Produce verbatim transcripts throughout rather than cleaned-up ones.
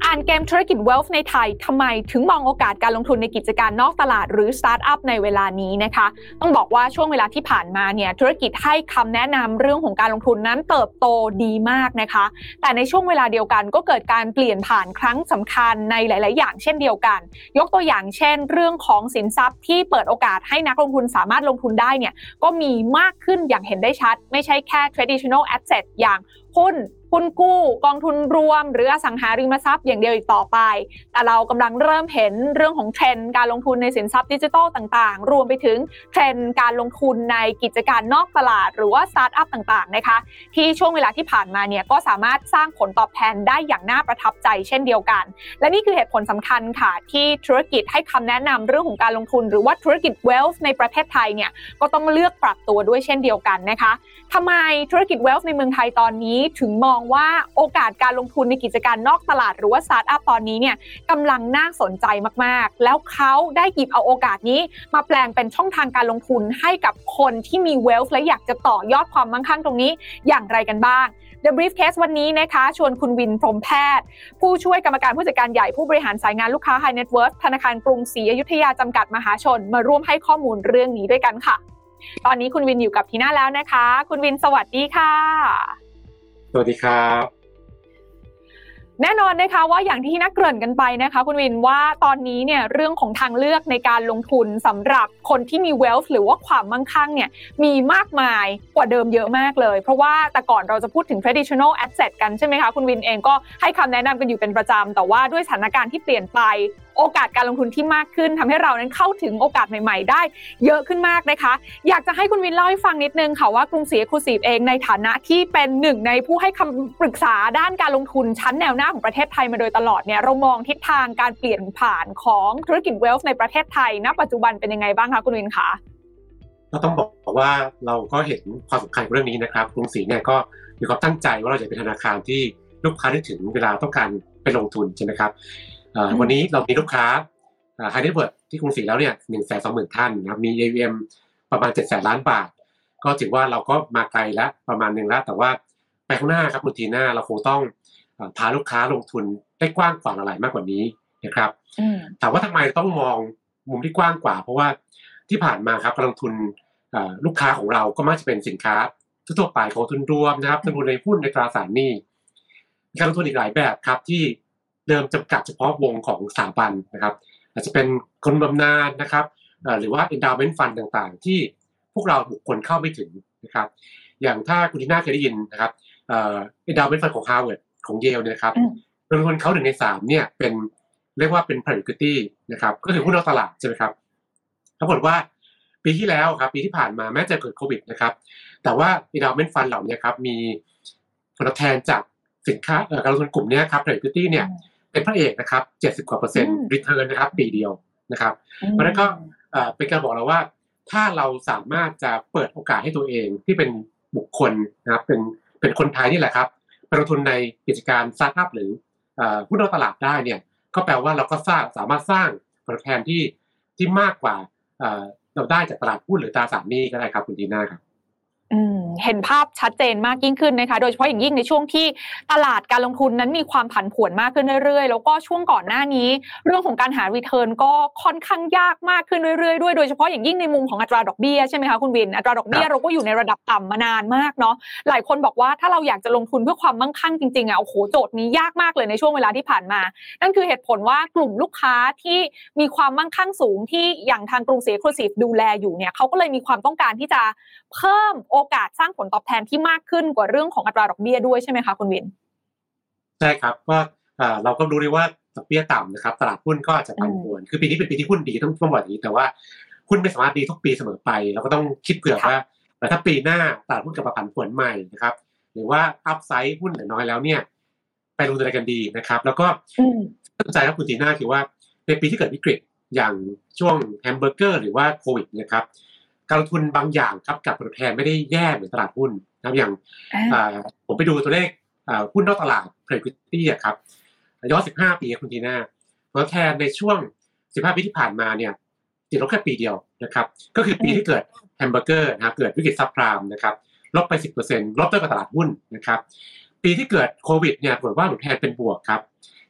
อ่านเกมธุรกิจ Wealth ในไทยทำไมถึงมองโอกาสการลงทุนในกิจการนอกตลาดหรือสตาร์ทอัพในเวลานี้นะคะต้องบอกว่าช่วงเวลาที่ผ่านมาเนี่ยธุรกิจให้คำแนะนำเรื่องของการลงทุนนั้นเติบโตดีมากนะคะแต่ในช่วงเวลาเดียวกันก็เกิดการเปลี่ยนผ่านครั้งสำคัญในหลายๆอย่างเช่นเดียวกันยกตัวอย่างเช่นเรื่องของสินทรัพย์ที่เปิดโอกาสให้นักลงทุนสามารถลงทุนได้เนี่ยก็มีมากขึ้นอย่างเห็นได้ชัดไม่ใช่แค่ traditional asset อย่างหุ้นหุ้นกู้กองทุนรวมหรืออสังหาริมทรัพย์อย่างเดียวอีกต่อไปแต่เรากำลังเริ่มเห็นเรื่องของเทรนด์การลงทุนในสินทรัพย์ดิจิทัลต่างๆรวมไปถึงเทรนด์การลงทุนในกิจการนอกตลาดหรือว่าสตาร์ทอัพต่างๆนะคะที่ช่วงเวลาที่ผ่านมาเนี่ยก็สามารถสร้างผลตอบแทนได้อย่างน่าประทับใจเช่นเดียวกันและนี่คือเหตุผลสำคัญค่ะที่ธุรกิจให้คำแนะนำเรื่องของการลงทุนหรือว่าธุรกิจ Wealth ในประเทศไทยเนี่ยก็ต้องเลือกปรับตัวด้วยเช่นเดียวกันนะคะทำไมธุรกิจ Wealth ในเมืองไทยตอนนี้ถึงมองว่าโอกาสการลงทุนในกิจการนอกตลาดหรือว่าสตาร์ทอัพตอนนี้เนี่ยกำลังน่าสนใจมากๆแล้วเขาได้หยิบเอาโอกาสนี้มาแปลงเป็นช่องทางการลงทุนให้กับคนที่มี Wealth และอยากจะต่อยอดความมั่งคั่งตรงนี้อย่างไรกันบ้าง The Briefcase วันนี้นะคะชวนคุณวินพรหมแพทย์ผู้ช่วยกรรมการผู้จัดการใหญ่ผู้บริหารสายงานลูกค้า High Net Worth ธนาคารกรุงศรีอยุธยาจำกัดมหาชนมาร่วมให้ข้อมูลเรื่องนี้ด้วยกันค่ะตอนนี้คุณวินอยู่กับทีน่าแล้วนะคะคุณวินสวัสดีค่ะสวัสดีครับแน่นอนนะคะว่าอย่างที่นักเกริ่นกันไปนะคะคุณวินว่าตอนนี้เนี่ยเรื่องของทางเลือกในการลงทุนสำหรับคนที่มี wealth หรือว่าความมั่งคั่งเนี่ยมีมากมายกว่าเดิมเยอะมากเลยเพราะว่าแต่ก่อนเราจะพูดถึง traditional asset กันใช่ไหมคะคุณวินเองก็ให้คำแนะนำกันอยู่เป็นประจำแต่ว่าด้วยสถานการณ์ที่เปลี่ยนไปโอกาสการลงทุนที่มากขึ้นทำให้เรานั้นเข้าถึงโอกาสใหม่ๆได้เยอะขึ้นมากนะคะอยากจะให้คุณวินเล่าให้ฟังนิดนึงค่ะว่ากรุงศรี Exclusive เองในฐานะที่เป็นหนึ่งในผู้ให้คำปรึกษาด้านการลงทุนชั้นแนวหน้าของประเทศไทยมาโดยตลอดเนี่ยเรามองทิศทางการเปลี่ยนผ่านของธุรกิจ Wealth ในประเทศไทยณปัจจุบันเป็นยังไงบ้างคะคุณวินคะก็ต้องบอกว่าเราก็เห็นความสำคัญของเรื่องนี้นะครับกรุงศรีเนี่ยก็มีความตั้งใจว่าเราจะเป็นธนาคารที่ลูกค้าได้ถึงเวลาต้องการไปลงทุนใช่ไหมครับวันนี้เรามีลูกค้า High Net Worth ที่กรุงศรีแล้วเนี่ย หนึ่งแสนสองหมื่น ท่านนะครับมี เอ ยู เอ็ม ประมาณ เจ็ดแสน ล้านบาทก็ถือว่าเราก็มาไกลแล้วประมาณนึงแล้วแต่ว่าไปข้างหน้าครับคุณทีน่าเราคงต้องพาลูกค้าลงทุนได้กว้างกว่าอะไรมากกว่านี้นะครับถามว่าทำไมต้องมองมุมที่กว้างกว่าเพราะว่าที่ผ่านมาครับการลงทุนลูกค้าของเราก็มักจะเป็นสินค้าทั่วไปของทุนรวมนะครับลงทุนในหุ้นในตราสารหนี้การลงทุนอีกหลายแบบครับที่เดิมจำกัดเฉพาะวงของสถาบันนะครับอาจจะเป็นคนบำนาญนะครับหรือว่า endowment fund ต่างๆที่พวกเราบุคคลเข้าไม่ถึงนะครับอย่างถ้าคุณทีน่าเคยได้ยินนะครับเอ่อ endowment fund ของ Harvard ของ Yale เนี่ยนะครับลงทุนเขาหนึ่งในสามเนี่ยเป็นเรียกว่าเป็น private equity นะครับก็คือหุ้นนอกตลาดใช่ไหมครับปรากฏว่าปีที่แล้วครับปีที่ผ่านมาแม้จะเกิดโควิดนะครับแต่ว่า endowment fund เหล่านี้ครับมีผลตอบแทนจากสินค้าการลงทุนกลุ่มนี้ครับ private equity เนี่ยเป็นพระเอกนะครับเจ็ดสิบกว่าเปอร์เซ็นต์ return นะครับปีเดียวนะครับเพราะฉะนั้นก็เป็นการบอกเราว่าถ้าเราสามารถจะเปิดโอกาสให้ตัวเองที่เป็นบุคคลนะครับเป็นเป็นคนไทยนี่แหละครับไปลงทุนในกิจการสตาร์ทอัพหรือหุ้นนอกตลาดได้เนี่ยก็แปลว่าเราก็สร้างสามารถสร้างผลตอบแทนที่ที่มากกว่าเราได้จากตลาดหุ้นหรือตราสารหนี้ก็ได้ครับคุณทีน่าครับอืมเห็นภาพชัดเจนมากยิ่งขึ้นนะคะโดยเฉพาะอย่างยิ่งในช่วงที่ตลาดการลงทุนนั้นมีความผันผวนมากขึ้นเรื่อยๆแล้วก็ช่วงก่อนหน้านี้เรื่องของการหา return ก็ค่อนข้างยากมากขึ้นเรื่อยๆด้วยโดยเฉพาะอย่างยิ่งในมุมของอัตราดอกเบี้ยใช่ไหมคะคุณวินอัตราดอกเบี้ยเราก็อยู่ในระดับต่ำมานานมากเนาะหลายคนบอกว่าถ้าเราอยากจะลงทุนเพื่อความมั่งคั่งจริงๆอ่ะโอ้โหโจทย์นี้ยากมากเลยในช่วงเวลาที่ผ่านมานั่นคือเหตุผลว่ากลุ่มลูกค้าที่มีความมั่งคั่งสูงที่อย่างทางกรุงศรี Exclusive ดูแลอยู่เนี่ยเขาก็เลยมีความต้องการที่จะเพิ่มโอกาสสร้างผลตอบแทนที่มากขึ้นกว่าเรื่องของอัตราดอกเบี้ยด้วยใช่ไหมคะคุณวินใช่ครับก็เราก็รู้ได้ว่าดอกเบี้ยต่ำนะครับตลาดหุ้นก็จะผันผวนคือปีนี้เป็นปีที่หุ้นดีต้องต้องบอกอย่างนี้แต่ว่าหุ้นไม่สามารถดีทุกปีเสมอไปเราก็ต้องคิดเผื่อว่าแต่ถ้าปีหน้าตลาดหุ้นกลับมาผันผวนใหม่นะครับหรือว่าอัพไซด์หุ้นน้อยแล้วเนี่ยไปลงทุนอะไรกันดีนะครับแล้วก็สนใจครับคุณทีน่าคือว่าในปีที่เกิดวิกฤตอย่างช่วงแฮมเบอร์เกอร์หรือว่าโควิดนะครับการลงทุนบางอย่างครับกับผลตอบแทนไม่ได้แย่เหมือนตลาดหุ้นนะครับอย่างผมไปดูตัวเลขหุ้นนอกตลาด private equity อ่ะครับย้อนสิบห้าปีคุณทีน่าผลตอบแทนในช่วงสิบห้าปีที่ผ่านมาเนี่ยติดลบแค่ปีเดียวนะครับก็คือปีที่เกิดแฮมเบอร์เกอร์นะครับเกิดวิกฤตซับไพรม์นะครับลบไป สิบเปอร์เซ็นต์ ลบด้วยกับตลาดหุ้นนะครับปีที่เกิดโควิดเนี่ยผลว่าผลตอบแทนเป็นบวกครับ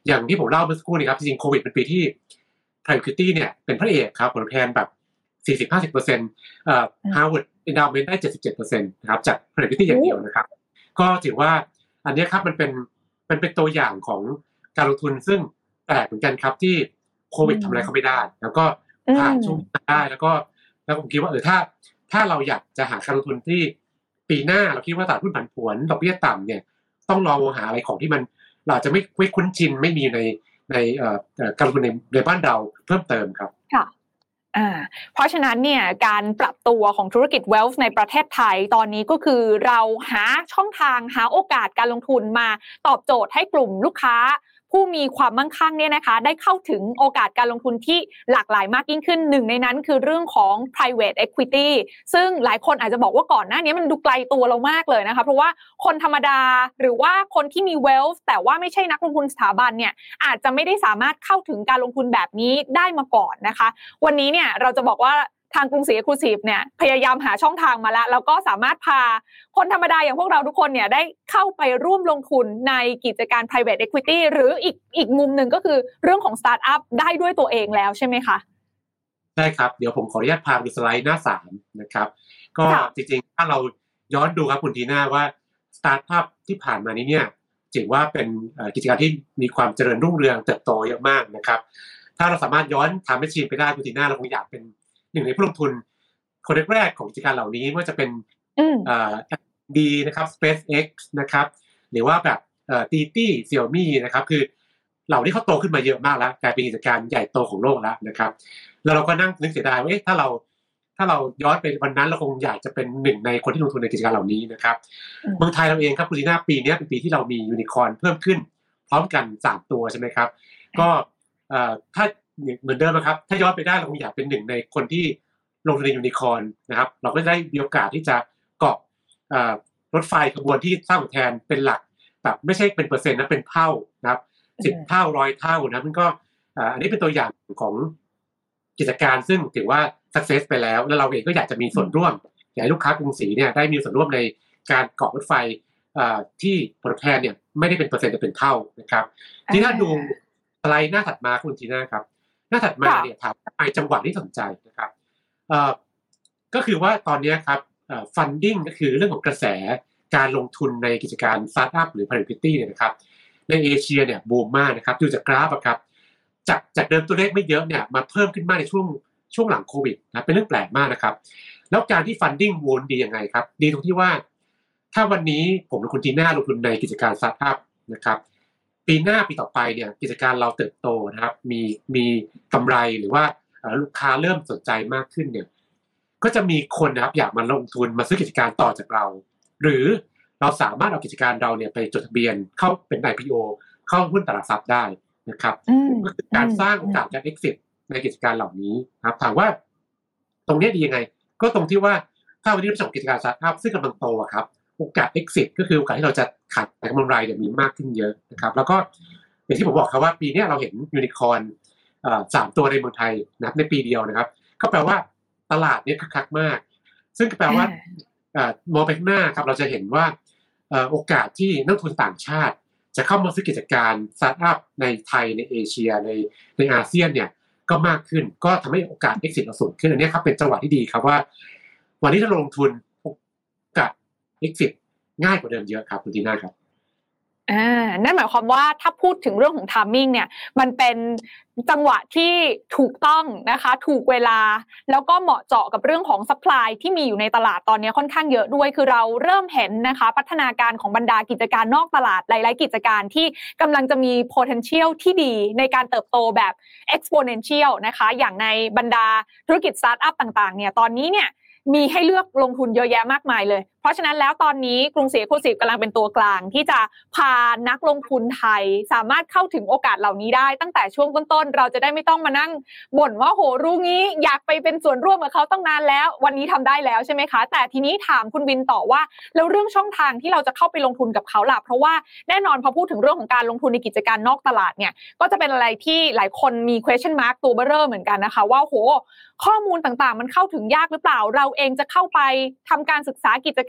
อย่างที่ผมเล่าเมื่อสักครู่นี้ครับจริงๆโควิดเป็นปีที่ private equity เนี่ยเป็นพระเอกครับผลตอบแทนแบบ สี่สิบถึงห้าสิบเปอร์เซ็นต์ เอ่อ Harvard Endowment ได้ เจ็ดสิบเจ็ดเปอร์เซ็นต์ นะครับจาก private equity อย่างเดียวนะครับก็ถือว่าอันนี้ครับมันเป็นมันเป็นตัวอย่างของการลงทุนซึ่งแปลกเหมือนกันครับที่โควิดทำอะไรเขาไม่ได้แล้วก็ผ่านช่วงนี้ได้แล้วก็แล้วผมคิดว่าเออถ้าถ้าเราอยากจะหาการลงทุนที่ปีหน้าเราคิดว่าตลาดหุ้นผันผวนดอกเบี้ยต่ำเนี่ยต้องลองหาอะไรของที่มันเราจะไม่ไม่คุ้นชินไม่มีในในเอ่อการลงทุนในในบ้านเราเพิ่มเติมครับค่ะอ่าเพราะฉะนั้นเนี่ยการปรับตัวของธุรกิจ Wealth ในประเทศไทยตอนนี้ก็คือเราหาช่องทางหาโอกาสการลงทุนมาตอบโจทย์ให้กลุ่มลูกค้าผู้มีความมั่งคั่งเนี่ยนะคะได้เข้าถึงโอกาสการลงทุนที่หลากหลายมากยิ่งขึ้นหนึ่งในนั้นคือเรื่องของ private equity ซึ่งหลายคนอาจจะบอกว่าก่อนหน้านี้มันดูไกลตัวเรามากเลยนะคะเพราะว่าคนธรรมดาหรือว่าคนที่มี wealth แต่ว่าไม่ใช่นักลงทุนสถาบันเนี่ยอาจจะไม่ได้สามารถเข้าถึงการลงทุนแบบนี้ได้มาก่อนนะคะวันนี้เนี่ยเราจะบอกว่าทางกรุงศรี Exclusive เนี่ยพยายามหาช่องทางมาแล้วแล้วก็สามารถพาคนธรรมดาอย่างพวกเราทุกคนเนี่ยได้เข้าไปร่วมลงทุนในกิจการ private equity หรืออีกอีกมุมหนึ่งก็คือเรื่องของ startup ได้ด้วยตัวเองแล้วใช่ไหมคะใช่ครับเดี๋ยวผมขออนุญาตพาไปดูสไลด์หน้าสามนะครับก็จริงๆถ้าเราย้อนดูครับคุณทีน่าว่าสตาร์ทอัพที่ผ่านมานี้เนี่ยถือว่าเป็นกิจการที่มีความเจริญรุ่งเรืองเติบโตเยอะมากนะครับถ้าเราสามารถย้อนทำแมชชีนไปได้คุณทีน่าเราคงอยากเป็นหนึ่งในผู้ลงทุนคนแรกๆของกิจการเหล่านี้ไม่ว่าจะเป็นอ่าดีนะครับ SpaceX นะครับหรือว่าแบบเอ่อ ตี ตี้ Xiaomi นะครับคือเหล่านี้เขาโตขึ้นมาเยอะมากแล้วกลายเป็นกิจการใหญ่โตของโลกแล้วนะครับแล้วเราก็นั่งนึกเสียดายว่าเอ๊ะถ้าเราถ้าเราย้อนไปวันนั้นเราคงอยากจะเป็นหนึ่งในคนที่ลงทุนในกิจการเหล่านี้นะครับเมืองไทยเราเองครับคุณลีน่าปีนี้เป็นปีที่เรามียูนิคอร์นเพิ่มขึ้นพร้อมกันสามตัวใช่ไหมครับก็เอ่อถ้าเหมือนเดิมนะครับถ้าย้อนไปได้เราคงอยากเป็นหนึ่งในคนที่ลงทุนในยูนิคอร์นนะครับเราก็จะได้มีโอกาสที่จะเกาะรถไฟขบวนที่สร้างผลตอบแทนเป็นหลักแบบไม่ใช่เป็นเปอร์เซ็นต์นะเป็นเท่านะครับสิบเท่าร้อยเท่านะมันก็อันนี้เป็นตัวอย่างของกิจการซึ่งถือว่า success ไปแล้วแล้วเราเองก็อยากจะมีส่วนร่วมอยากให้ลูกค้ากรุงศรีเนี่ยได้มีส่วนร่วมในการเกาะรถไฟที่ผลตอบแทนเนี่ยไม่ได้เป็นเปอร์เซ็นต์แต่เป็นเท่านะครับที่ถ้าดูสไลด์หน้าถัดมาคุณทีน่าครับหน้าถัดมาเนี่ยถามไอจังหวัดที่สนใจนะครับก็คือว่าตอนนี้ครับfunding ก็คือเรื่องของกระแสการลงทุนในกิจการสตาร์ทอัพหรือ private equity เนี่ยนะครับในเอเชียเนี่ยบูมมากนะครับดูจากกราฟครับจากจากเดิมตัวเลขไม่เยอะเนี่ยมาเพิ่มขึ้นมากในช่วงช่วงหลังโควิดนะเป็นเรื่องแปลกมากนะครับแล้วการที่ funding วูนดียังไงครับดีตรงที่ว่าถ้าวันนี้ผมกับคุณทีน่าลงทุนในกิจการสตาร์ทอัพนะครับปีหน้าปีต่อไปเนี่ยกิจการเราเติบโตนะครับมีมีกำไรหรือว่าลูกค้าเริ่มสนใจมากขึ้นเนี่ยก็จะมีคนนะครับอยากมาลงทุนมาซื้อกิจการต่อจากเราหรือเราสามารถเอากิจการเราเนี่ยไปจดทะเบียนเข้าเป็น ไอ พี โอ เข้าหุ้นตลาดทรัพย์ได้นะครับก็คือการสร้างโอกาสการ exit ในกิจการเหล่านี้ครับถามว่าตรงนี้ดียังไงก็ตรงที่ว่าถ้าวันนี้เราประกอบกิจการสตาร์ทอัพซึ่งกำลังโตครับโอกาส exit ก็คือโอกาสที่เราจะขายกำไรเนี่ยมีมากขึ้นเยอะนะครับแล้วก็อย่างที่ผมบอกครับว่าปีนี้เราเห็นยูนิคอร์นสามตัวในเมืองไทยนะครับในปีเดียวนะครับก็แปลว่าตลาดนี้คึกคักมากซึ่งแปลว่ามองไปข้างหน้าครับเราจะเห็นว่าโอกาสที่นักทุนต่างชาติจะเข้ามาซื้อกิจการสตาร์ทอัพในไทยในเอเชียในในอาเซียนเนี่ยก็มากขึ้นก็ทำให้โอกาส exit เราสูงขึ้นอันนี้ครับเป็นจังหวะที่ดีครับว่าวันนี้ถ้าลงทุนโอกาส exit ง่ายกว่าเดิมเยอะครับคุณทีน่าครับอ่านั่นหมายความว่าถ้าพูดถึงเรื่องของ timing เนี่ยมันเป็นจังหวะที่ถูกต้องนะคะถูกเวลาแล้วก็เหมาะเจาะกับเรื่องของ supply ที่มีอยู่ในตลาดตอนนี้ค่อนข้างเยอะด้วยคือเราเริ่มเห็นนะคะพัฒนาการของบรรดากิจการนอกตลาดหลายๆกิจการที่กำลังจะมี potential ที่ดีในการเติบโตแบบ exponential นะคะอย่างในบรรดาธุรกิจ startup ต่างๆเนี่ยตอนนี้เนี่ยมีให้เลือกลงทุนเยอะแยะมากมายเลยเพราะฉะนั้นแล้วตอนนี้กรุงศรี Exclusive กำลังเป็นตัวกลางที่จะพานักลงทุนไทยสามารถเข้าถึงโอกาสเหล่านี้ได้ตั้งแต่ช่วงต้นๆเราจะได้ไม่ต้องมานั่งบ่นว่าโหรู้งี้อยากไปเป็นส่วนร่วมกับเขาตั้งนานแล้ววันนี้ทำได้แล้วใช่ไหมคะแต่ทีนี้ถามคุณวินต่อว่าแล้วเรื่องช่องทางที่เราจะเข้าไปลงทุนกับเขาล่ะเพราะว่าแน่นอนพอพูดถึงเรื่องของการลงทุนในกิจการนอกตลาดเนี่ยก็จะเป็นอะไรที่หลายคนมี question mark ตัวเบ้อเร่อเหมือนกันนะคะว่าโหข้อมูลต่างๆมันเข้าถึงยากหรือเปล่าเราเองจะเข้าไปทำการศึกษากิจ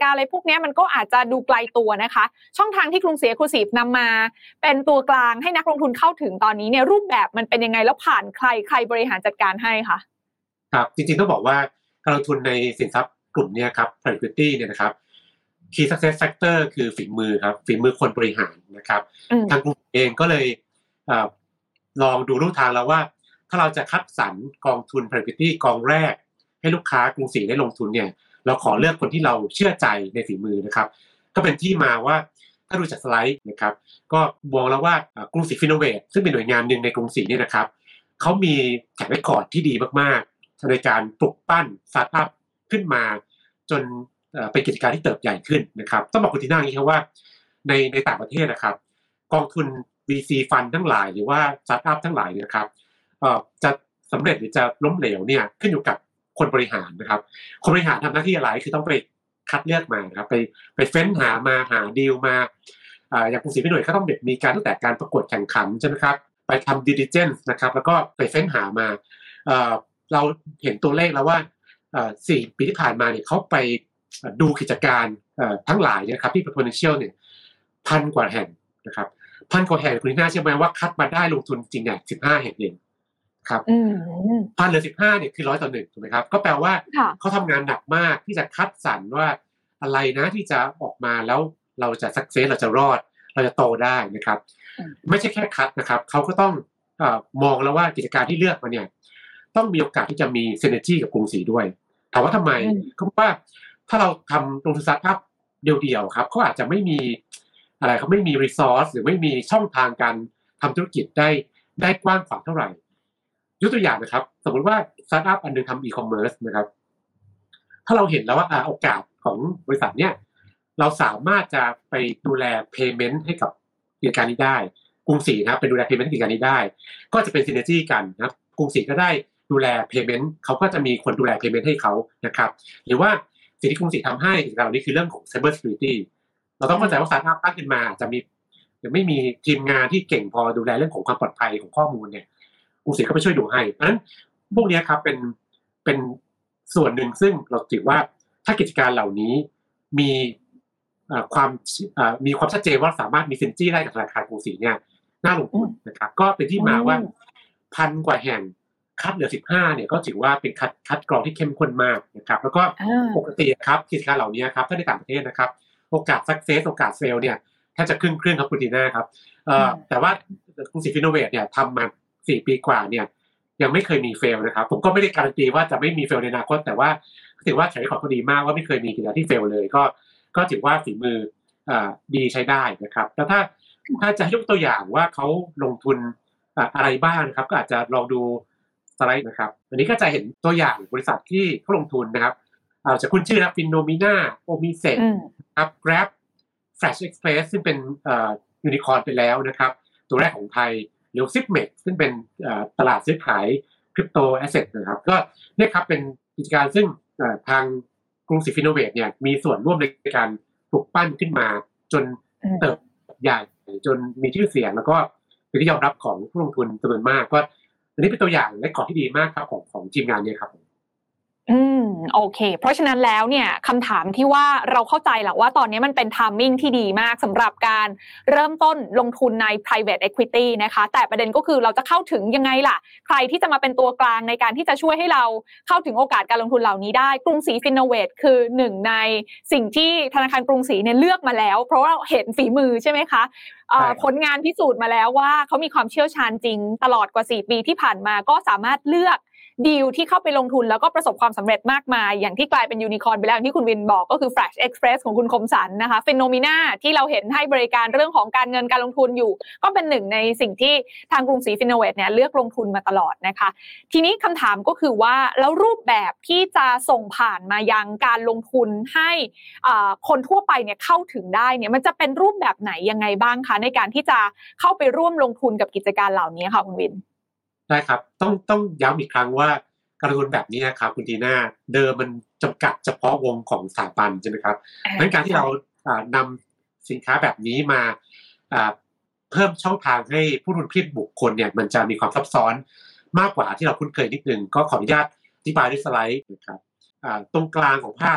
การอะไรพวกนี้มันก็อาจจะดูไกลตัวนะคะช่องทางที่กรุงศรี Exclusive นำมาเป็นตัวกลางให้นักลงทุนเข้าถึงตอนนี้เนี่ยรูปแบบมันเป็นยังไงแล้วผ่านใครใครบริหารจัดการให้คะครับจริงๆต้องบอกว่าการลงทุนในสินทรัพย์กลุ่มนี้ครับ private equity เนี่ยนะครับ key success factor คือฝีมือครับฝีมือคนบริหารนะครับทางกลุ่มเองก็เลยลองดูรูปทางแล้วว่าถ้าเราจะคัดสรรกองทุน private equity กองแรกให้ลูกค้ากรุงศรีได้ลงทุนเนี่ยเราขอเลือกคนที่เราเชื่อใจในฝีมือนะครับก็เป็นที่มาว่าถ้าดูจากสไลด์นะครับก็มองแล้วว่ากรุงศรีฟิโนเวทซึ่งเป็นหน่วยงานหนึ่งในกรุงศรีเนี่ยนะครับเขามีแท็กเรคคอร์ดที่ดีมากๆในการปลุกปั้นสตาร์ทอัพขึ้นมาจนเป็นกิจการที่เติบใหญ่ขึ้นนะครับต้องบอกคุณทีน่าอย่างนี้ครับว่าในในต่างประเทศนะครับกองทุน วี ซี ฟันทั้งหลายหรือว่าสตาร์ทอัพทั้งหลายนะครับจะสำเร็จหรือจะล้มเหลวเนี่ยขึ้นอยู่กับคนบริหารนะครับคนบริหารทำหน้าที่อะไรคือต้องไปคัดเลือกมาครับไปไปเฟ้นหามาหาดีลมาอ่าอย่างกรุงศรีพิหน่วยก็ต้องมีการตั้งแต่การประกวดแข่งขันใช่ไหมครับไปทำ due diligence นะครับแล้วก็ไปเฟ้นหามาเอ่อเราเห็นตัวเลขแล้วว่าเอ่อสี่ปีที่ผ่านมาเนี่ยเขาไปดูกิจการเอ่อทั้งหลายนะครับที่ potential เนี่ยพันกว่าแห่งนะครับพันกว่าแห่งคุณน่าเชื่อไหมว่าคัดมาได้ลงทุนจริงเนี่ยสิบห้าแห่งเองครับพันเหลือสิบห้าเนี่ยคือร้อยต่อหนึ่งถูกไหมครับก็แปลว่าเขาทำงานหนักมากที่จะคัดสรรว่าอะไรนะที่จะออกมาแล้วเราจะสักเซสเราจะรอดเราจะโตได้นะครับไม่ใช่แค่คัดนะครับเขาก็ต้องเอ่อมองแล้วว่ากิจการที่เลือกมาเนี่ยต้องมีโอกาสที่จะมีซินเนอร์จี้กับกรุงศรีด้วยถามว่าทำไมก็เพราะว่าถ้าเราทำลงทุนสตาร์ทอัพเดียวๆครับเขาอาจจะไม่มีอะไรเขาไม่มีรีซอสหรือไม่มีช่องทางการทำธุรกิจได้ได้กว้างขวางเท่าไหร่ยกตัวอย่างนะครับสมมติว่าสตาร์ทอัพอันนึงทำอีคอมเมิร์ซนะครับถ้าเราเห็นแล้วว่าโอกาสของบริษัทเนี่ยเราสามารถจะไปดูแล payment ให้กับกิจการนี้ได้กรุงศรีนะครับไปดูแล payment กิจการนี้ได้ก็จะเป็นซินเนอร์จี้กันนะครับกรุงศรีก็ได้ดูแล payment เขาก็จะมีคนดูแล payment ให้เขานะครับหรือว่าสิ่งที่กรุงศรีทำให้กิจการเหล่านี้คือเรื่องของ cyber security เราต้องเข้าใจว่าสตาร์ทอัพตั้งขึ้นมาจะมีจะไม่มีทีมงานที่เก่งพอดูแลเรื่องของความปลอดภัยของข้อมูลเนี่ยกรุงศรีก็ไปช่วยดูให้เพราะฉะนั้นพวกนี้ครับเป็นเป็นส่วนหนึ่งซึ่งเราถือว่าถ้ากิจการเหล่านี้มีความมีความชัดเจนว่าสามารถมีซินจี้ได้กับธนาคารกรุงศรีเนี่ยน่าลงทุนนะครับก็เป็นที่มาว่าพันกว่าแห่งคัดเหลือสิบห้าเนี่ยก็ถือว่าเป็นคัดคัดกรองที่เข้มข้นมากนะครับแล้วก็ปกติครับกิจการเหล่านี้ครับถ้าในต่างประเทศนะครับโอกาสซักเซสโอกาสเฟลเนี่ยแทบจะครึ่งครึ่งครับคุณทีน่าครับแต่ว่ากรุงศรีฟิโนเวทเนี่ยทำมาสี่ปีกว่าเนี่ยยังไม่เคยมีเฟลนะครับผมก็ไม่ได้การันตีว่าจะไม่มีเฟลในอนาคตแต่ว่าถือว่าใช้ของเขาดีมากว่าไม่เคยมีกิจการที่เฟลเลยก็ก็ถือว่าฝีมืออ่าดีใช้ได้นะครับแล้วถ้าถ้าจะยกตัวอย่างว่าเขาลงทุนอะไรบ้างนะครับก็อาจจะลองดูสไลด์นะครับอันนี้ก็จะเห็นตัวอย่างบริษัทที่เขาลงทุนนะครับอาจจะคุ้นชื่อนะฟินโนมิน่าโอมิเซ็ตครับ Grab Flash Express ซึ่งเป็นยูนิคอร์นไปแล้วนะครับตัวแรกของไทยหรือ Zipmex ซึ่งเป็นตลาดซื้อขายคริปโตแอสเซทนะครับก็เนี่ยครับเป็นกิจการซึ่งทางกรุงศรีฟิโนเวทเนี่ยมีส่วนร่วมในการปลุกปั้นขึ้นมาจนเติบใหญ่จนมีชื่อเสียงแล้วก็เป็นที่ยอมรับของผู้ลงทุนจำนวนมากก็อันนี้เป็นตัวอย่างและขอที่ดีมากครับของของทีมงานเนี่ยครับอืมโอเคเพราะฉะนั้นแล้วเนี่ยคำถามที่ว่าเราเข้าใจแหละว่าตอนนี้มันเป็น timing ที่ดีมากสำหรับการเริ่มต้นลงทุนใน private equity นะคะแต่ประเด็นก็คือเราจะเข้าถึงยังไงล่ะใครที่จะมาเป็นตัวกลางในการที่จะช่วยให้เราเข้าถึงโอกาสการลงทุนเหล่านี้ได้กรุงศรีฟิโนเวทคือหนึ่งในสิ่งที่ธนาคารกรุงศรีเนี่ยเลือกมาแล้วเพราะว่าเห็นฝีมือใช่ไหมคะผลงานพิสูจน์มาแล้วว่าเขามีความเชี่ยวชาญจริงตลอดกว่าสี่ปีที่ผ่านมาก็สามารถเลือกดีลที่เข้าไปลงทุนแล้วก็ประสบความสำเร็จมากมายอย่างที่กลายเป็นยูนิคอร์นไปแล้วที่คุณวินบอกก็คือ Flash Express ของคุณคมสันนะคะ Phenomena ที่เราเห็นให้บริการเรื่องของการเงินการลงทุนอยู่ก็เป็นหนึ่งในสิ่งที่ทางกรุงศรีฟิโนเวทเนี่ยเลือกลงทุนมาตลอดนะคะทีนี้คำถามก็คือว่าแล้วรูปแบบที่จะส่งผ่านมายังการลงทุนให้คนทั่วไปเนี่ยเข้าถึงได้เนี่ยมันจะเป็นรูปแบบไหนยังไงบ้างคะในการที่จะเข้าไปร่วมลงทุนกับกิจการเหล่านี้ค่ะคุณวินได้ครับต้องต้องย้ำอีกครั้งว่าการลงทุนแบบนี้นะครับคุณทีน่าเดิมมันจำกัดเฉพาะวงของสถาบันใช่ไหมครับดังนั้นการที่เรานำสินค้าแบบนี้มาเพิ่มช่องทางให้ผู้ลงทุนบุคคลเนี่ยมันจะมีความซับซ้อนมากกว่าที่เราคุ้นเคยนิดนึงก็ขออนุญาตอธิบายด้วยสไลด์นะครับตรงกลางของภาพเนี่ย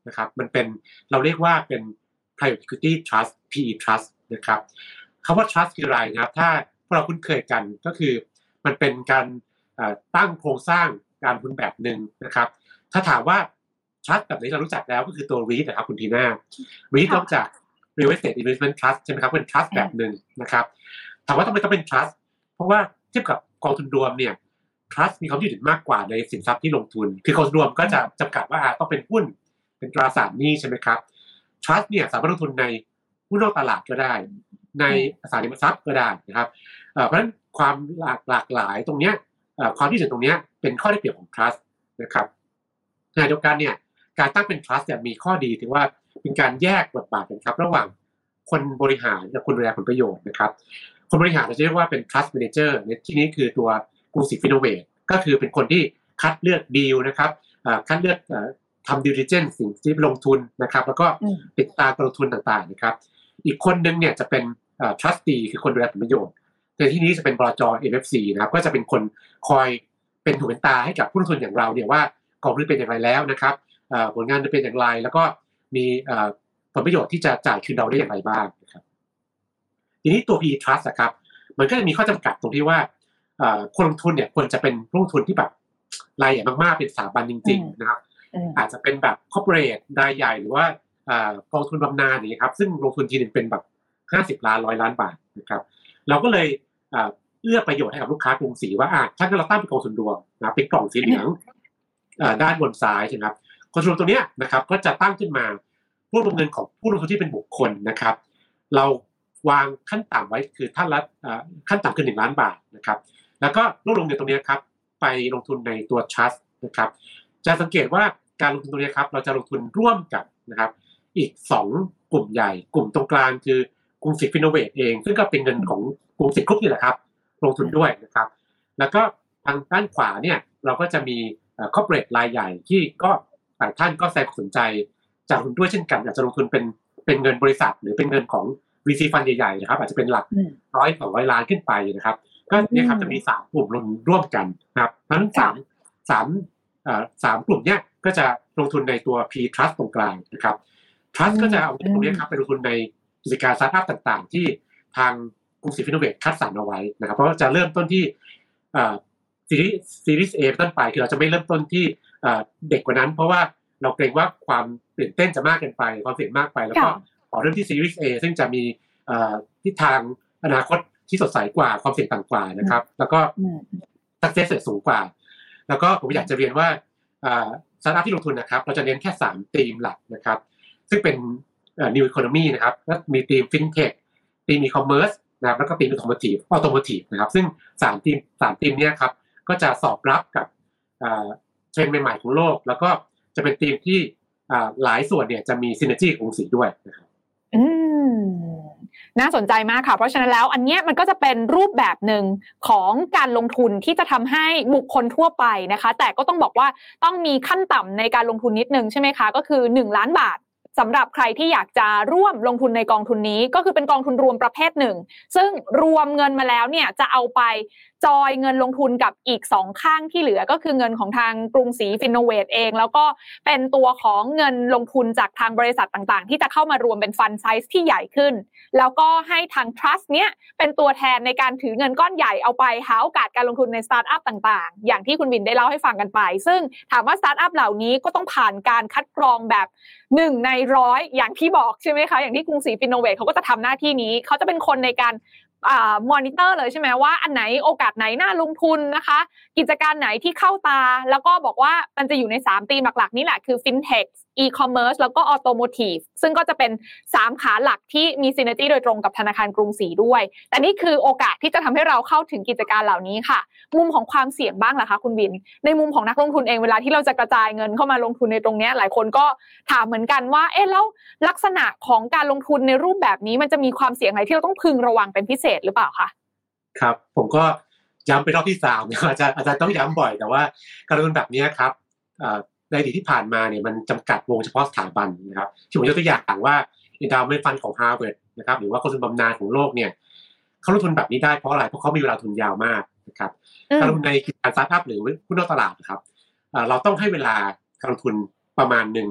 นะครับมันเป็นเราเรียกว่าเป็น private equity trust พี อี trust นะครับคำว่า trust คืออะไรนะครับถ้าพวกเราคุ้นเคยกันก็คือมันเป็นการตั้งโครงสร้างการลงทุนแบบหนึ่งนะครับถ้าถามว่า trust แบบนี้เรารู้จักแล้วก็คือตัว รีท นะครับคุณทีน่า รีท นอกจาก real estate investment trust ใช่ไหมครับเป็น trust แบบหนึ่งนะครับถามว่าทำไมต้องเป็น trust เพราะว่าเทียบกับกองทุนรวมเนี่ย trust มีความยืดหยุ่นมากกว่าในสินทรัพย์ที่ลงทุนคือกองทุนรวมก็จะจำกัดว่าต้องเป็นหุ้นเป็นตราสารหนี้ใช่ไหมครับ trust เนี่ยสามารถลงทุนในหุ้นนอกตลาดก็ได้ในอสังหาริมทรัพย์ก็ได้นะครับเพราะฉะนั้นความหลากหลากหลายตรงเนี้ยความยืดหยุ่นตรงเนี้ยเป็นข้อได้เปรียบของ trust นะครับขณะเดียวกันเนี่ยการตั้งเป็น trust เนี่ยมีข้อดีที่ว่าเป็นการแยกบทบาทกันครับระหว่างคนบริหารกับคนดูแลผลประโยชน์นะครับคนบริหารเราจะเรียกว่าเป็น trust manager ในที่นี้คือตัวกรุงศรีฟิโนเวทก็คือเป็นคนที่คัดเลือกดีลนะครับคัดเลือกทำ due diligence สิ่งที่ลงทุนนะครับแล้วก็ติดตามการลงทุนต่างๆนะครับอีกคนนึงเนี่ยจะเป็น trustee คือคนดูแลผลประโยชน์ในที่นี้จะเป็นบลจ. เอ็ม เอฟ ซี นะครับก็จะเป็นคนคอยเป็นหูเป็นตาให้กับผู้ลงทุนอย่างเราเนี่ยว่ากองทุนเป็นอย่างไรแล้วนะครับผลงานจะเป็นอย่างไรแล้วก็มีผลประโยชน์ที่จะจ่ายคืนเราได้อย่างไรบ้างนะครับทีนี้ตัว พี อี Trust นะครับมันก็จะมีข้อจำกัดตรงที่ว่าคนลงทุนเนี่ยควรจะเป็นผู้ลงทุนที่แบบรายใหญ่มากๆเป็นสถาบันจริงๆนะครับอาจจะเป็นแบบคอร์ปอเรทรายใหญ่หรือว่ากองทุนบำนาญนี่ครับซึ่งลงทุนทีนึงเป็นแบบห้าสิบล้านร้อยล้านบาทนะครับเราก็เลยเอื้อประโยชน์ให้กับลูกค้ากรุงศรีว่าอ่ะถ้าเราตั้งเป็นกองทุนรวมนะเป็นกล่องสีเหลืองด้านบนซ้ายใช่ไหมครับกองทุนรวมตัวเนี้ยนะครับก็จะตั้งขึ้นมาผู้ลงเงินของผู้ลงทุนที่เป็นบุคคลนะครับเราวางขั้นต่ำไว้คือท่านละขั้นต่ำคือหนึ่งล้านบาทนะครับแล้วก็รวบรวมเงินตรงนี้ครับไปลงทุนในตัว trust นะครับจะสังเกตว่าการลงทุนตรงนี้ครับเราจะลงทุนร่วมกับนะครับอีกสองกลุ่มใหญ่กลุ่มตรงกลางคือกรุงศรีฟิโนเวทเองซึ่งก็เป็นเงินของกรุงศรีกรุ๊ปนี่แหละครับลงทุนด้วยนะครับแล้วก็ทางด้านขวาเนี่ยเราก็จะมีคอร์ปอเรทรายใหญ่ที่ก็หลายท่านก็แสดงความสนใจจะลงทุนด้วยเช่นกันอาจจะลงทุนเป็นเป็นเงินบริษัทหรือเป็นเงินของ วี ซี ฟันใหญ่ๆนะครับอาจจะเป็นหลักร้อยสองร้อยล้านขึ้นไปนะครับก็เนี่ยครับจะมีสามกลุ่มลงร่วมกันนะครับทั้งสามสามเอ่อสามกลุ่มเนี้ยก็จะลงทุนในตัว P Trust ตรงกลางนะครับ Trust ก็จะเอาตรงนี้ครับไปลงทุนในกิจการสตาร์ทอัพต่างๆที่ทางกรุงศรีฟิโนเวทคัดสรรเอาไว้นะครับเพราะว่าจะเริ่มต้นที่เอ่อซีรีส์ซีรีส์ A ต้นไปคือเราจะไม่เริ่มต้นที่เอ่อเด็กกว่านั้นเพราะว่าเราเกรงว่าความตื่นเต้นจะมากเกินไปความเสี่ยงมากไปแล้วก็ขอเริ่มที่ซีรีส์ A ซึ่งจะมีเอ่อทิศทางอนาคตที่สดใสกว่าความเสี่ยงต่ำกว่านะครับแล้วก็ success rate สูงกว่าแล้วก็ผมอยากจะเรียนว่าสตาร์ทอัพที่ลงทุนนะครับเราจะเน้นแค่สามธีมหลักนะครับซึ่งเป็น new economy นะครับแล้วมีธีม fintech ธีม e-commerce นะครับแล้วก็ธีม automotive automotive นะครับซึ่งสามธีมสามธีมเนี้ยครับก็จะสอบรับกับเทรนด์ใหม่ๆของโลกแล้วก็จะเป็นธีมที่หลายส่วนเนี่ยจะมี synergy ของสีด้วยนะครับอืมน่าสนใจมากค่ะเพราะฉะนั้นแล้วอันเนี้ยมันก็จะเป็นรูปแบบหนึ่งของการลงทุนที่จะทำให้บุคคลทั่วไปนะคะแต่ก็ต้องบอกว่าต้องมีขั้นต่ำในการลงทุนนิดนึงใช่ไหมคะก็คือหนึ่งล้านบาทสำหรับใครที่อยากจะร่วมลงทุนในกองทุนนี้ก็คือเป็นกองทุนรวมประเภทหนึ่งซึ่งรวมเงินมาแล้วเนี่ยจะเอาไปจอยเงินลงทุนกับอีกสองข้างที่เหลือก็คือเงินของทางกรุงศรีฟิโนเวทเองแล้วก็เป็นตัวของเงินลงทุนจากทางบริษัทต่างๆที่จะเข้ามารวมเป็นฟันไซส์ที่ใหญ่ขึ้นแล้วก็ให้ทาง trust เนี้ยเป็นตัวแทนในการถือเงินก้อนใหญ่เอาไปหาโอกาสการลงทุนในสตาร์ทอัพต่างๆอย่างที่คุณบินได้เล่าให้ฟังกันไปซึ่งถามว่าสตาร์ทอัพเหล่านี้ก็ต้องผ่านการคัดกรองแบบหนึ่งในร้อยอย่างที่บอกใช่ไหมคะอย่างที่กรุงศรีฟิโนเวทเขาก็จะทำหน้าที่นี้เขาจะเป็นคนในการอ่ามอนิเตอร์เลยใช่ไหมว่าอันไหนโอกาสไหนน่าลงทุนนะคะกิจการไหนที่เข้าตาแล้วก็บอกว่ามันจะอยู่ในสามธีมหลักๆนี่แหละคือ fintech e-commerce แล้วก็ automotive ซึ่งก็จะเป็นสามขาหลักที่มี synergy โดยตรงกับธนาคารกรุงศรีด้วยแต่นี่คือโอกาสที่จะทำให้เราเข้าถึงกิจการเหล่านี้ค่ะมุมของความเสี่ยงบ้างล่ะคะคุณบินในมุมของนักลงทุนเองเวลาที่เราจะกระจายเงินเข้ามาลงทุนในตรงนี้หลายคนก็ถามเหมือนกันว่าเอ๊ะแล้วลักษณะของการลงทุนในรูปแบบนี้มันจะมีความเสี่ยงอะไรที่เราต้องพึงระวังเป็นพิเศษหรือเปล่าคะครับผมก็ย้ำไปรอบที่สามอาจารย์อาจารย์ต้องย้ำบ่อยแต่ว่าการลงทุนแบบนี้ครับในอดีตที่ผ่านมาเนี่ยมันจำกัดวงเฉพาะสถาบันนะครับที่ผมยกตัวอย่างว่า endowment fund ของ Harvard นะครับหรือว่ากองทุนบำนาญของโลกเนี่ยเขาลงทุนแบบนี้ได้เพราะอะไรเพราะเขามีเวลาทุนยาวมากนะครับการลงทุนในกิจการสตาร์ทอัพหรือหุ้นนอกตลาดนะครับเราต้องให้เวลาการลงทุนประมาณนึง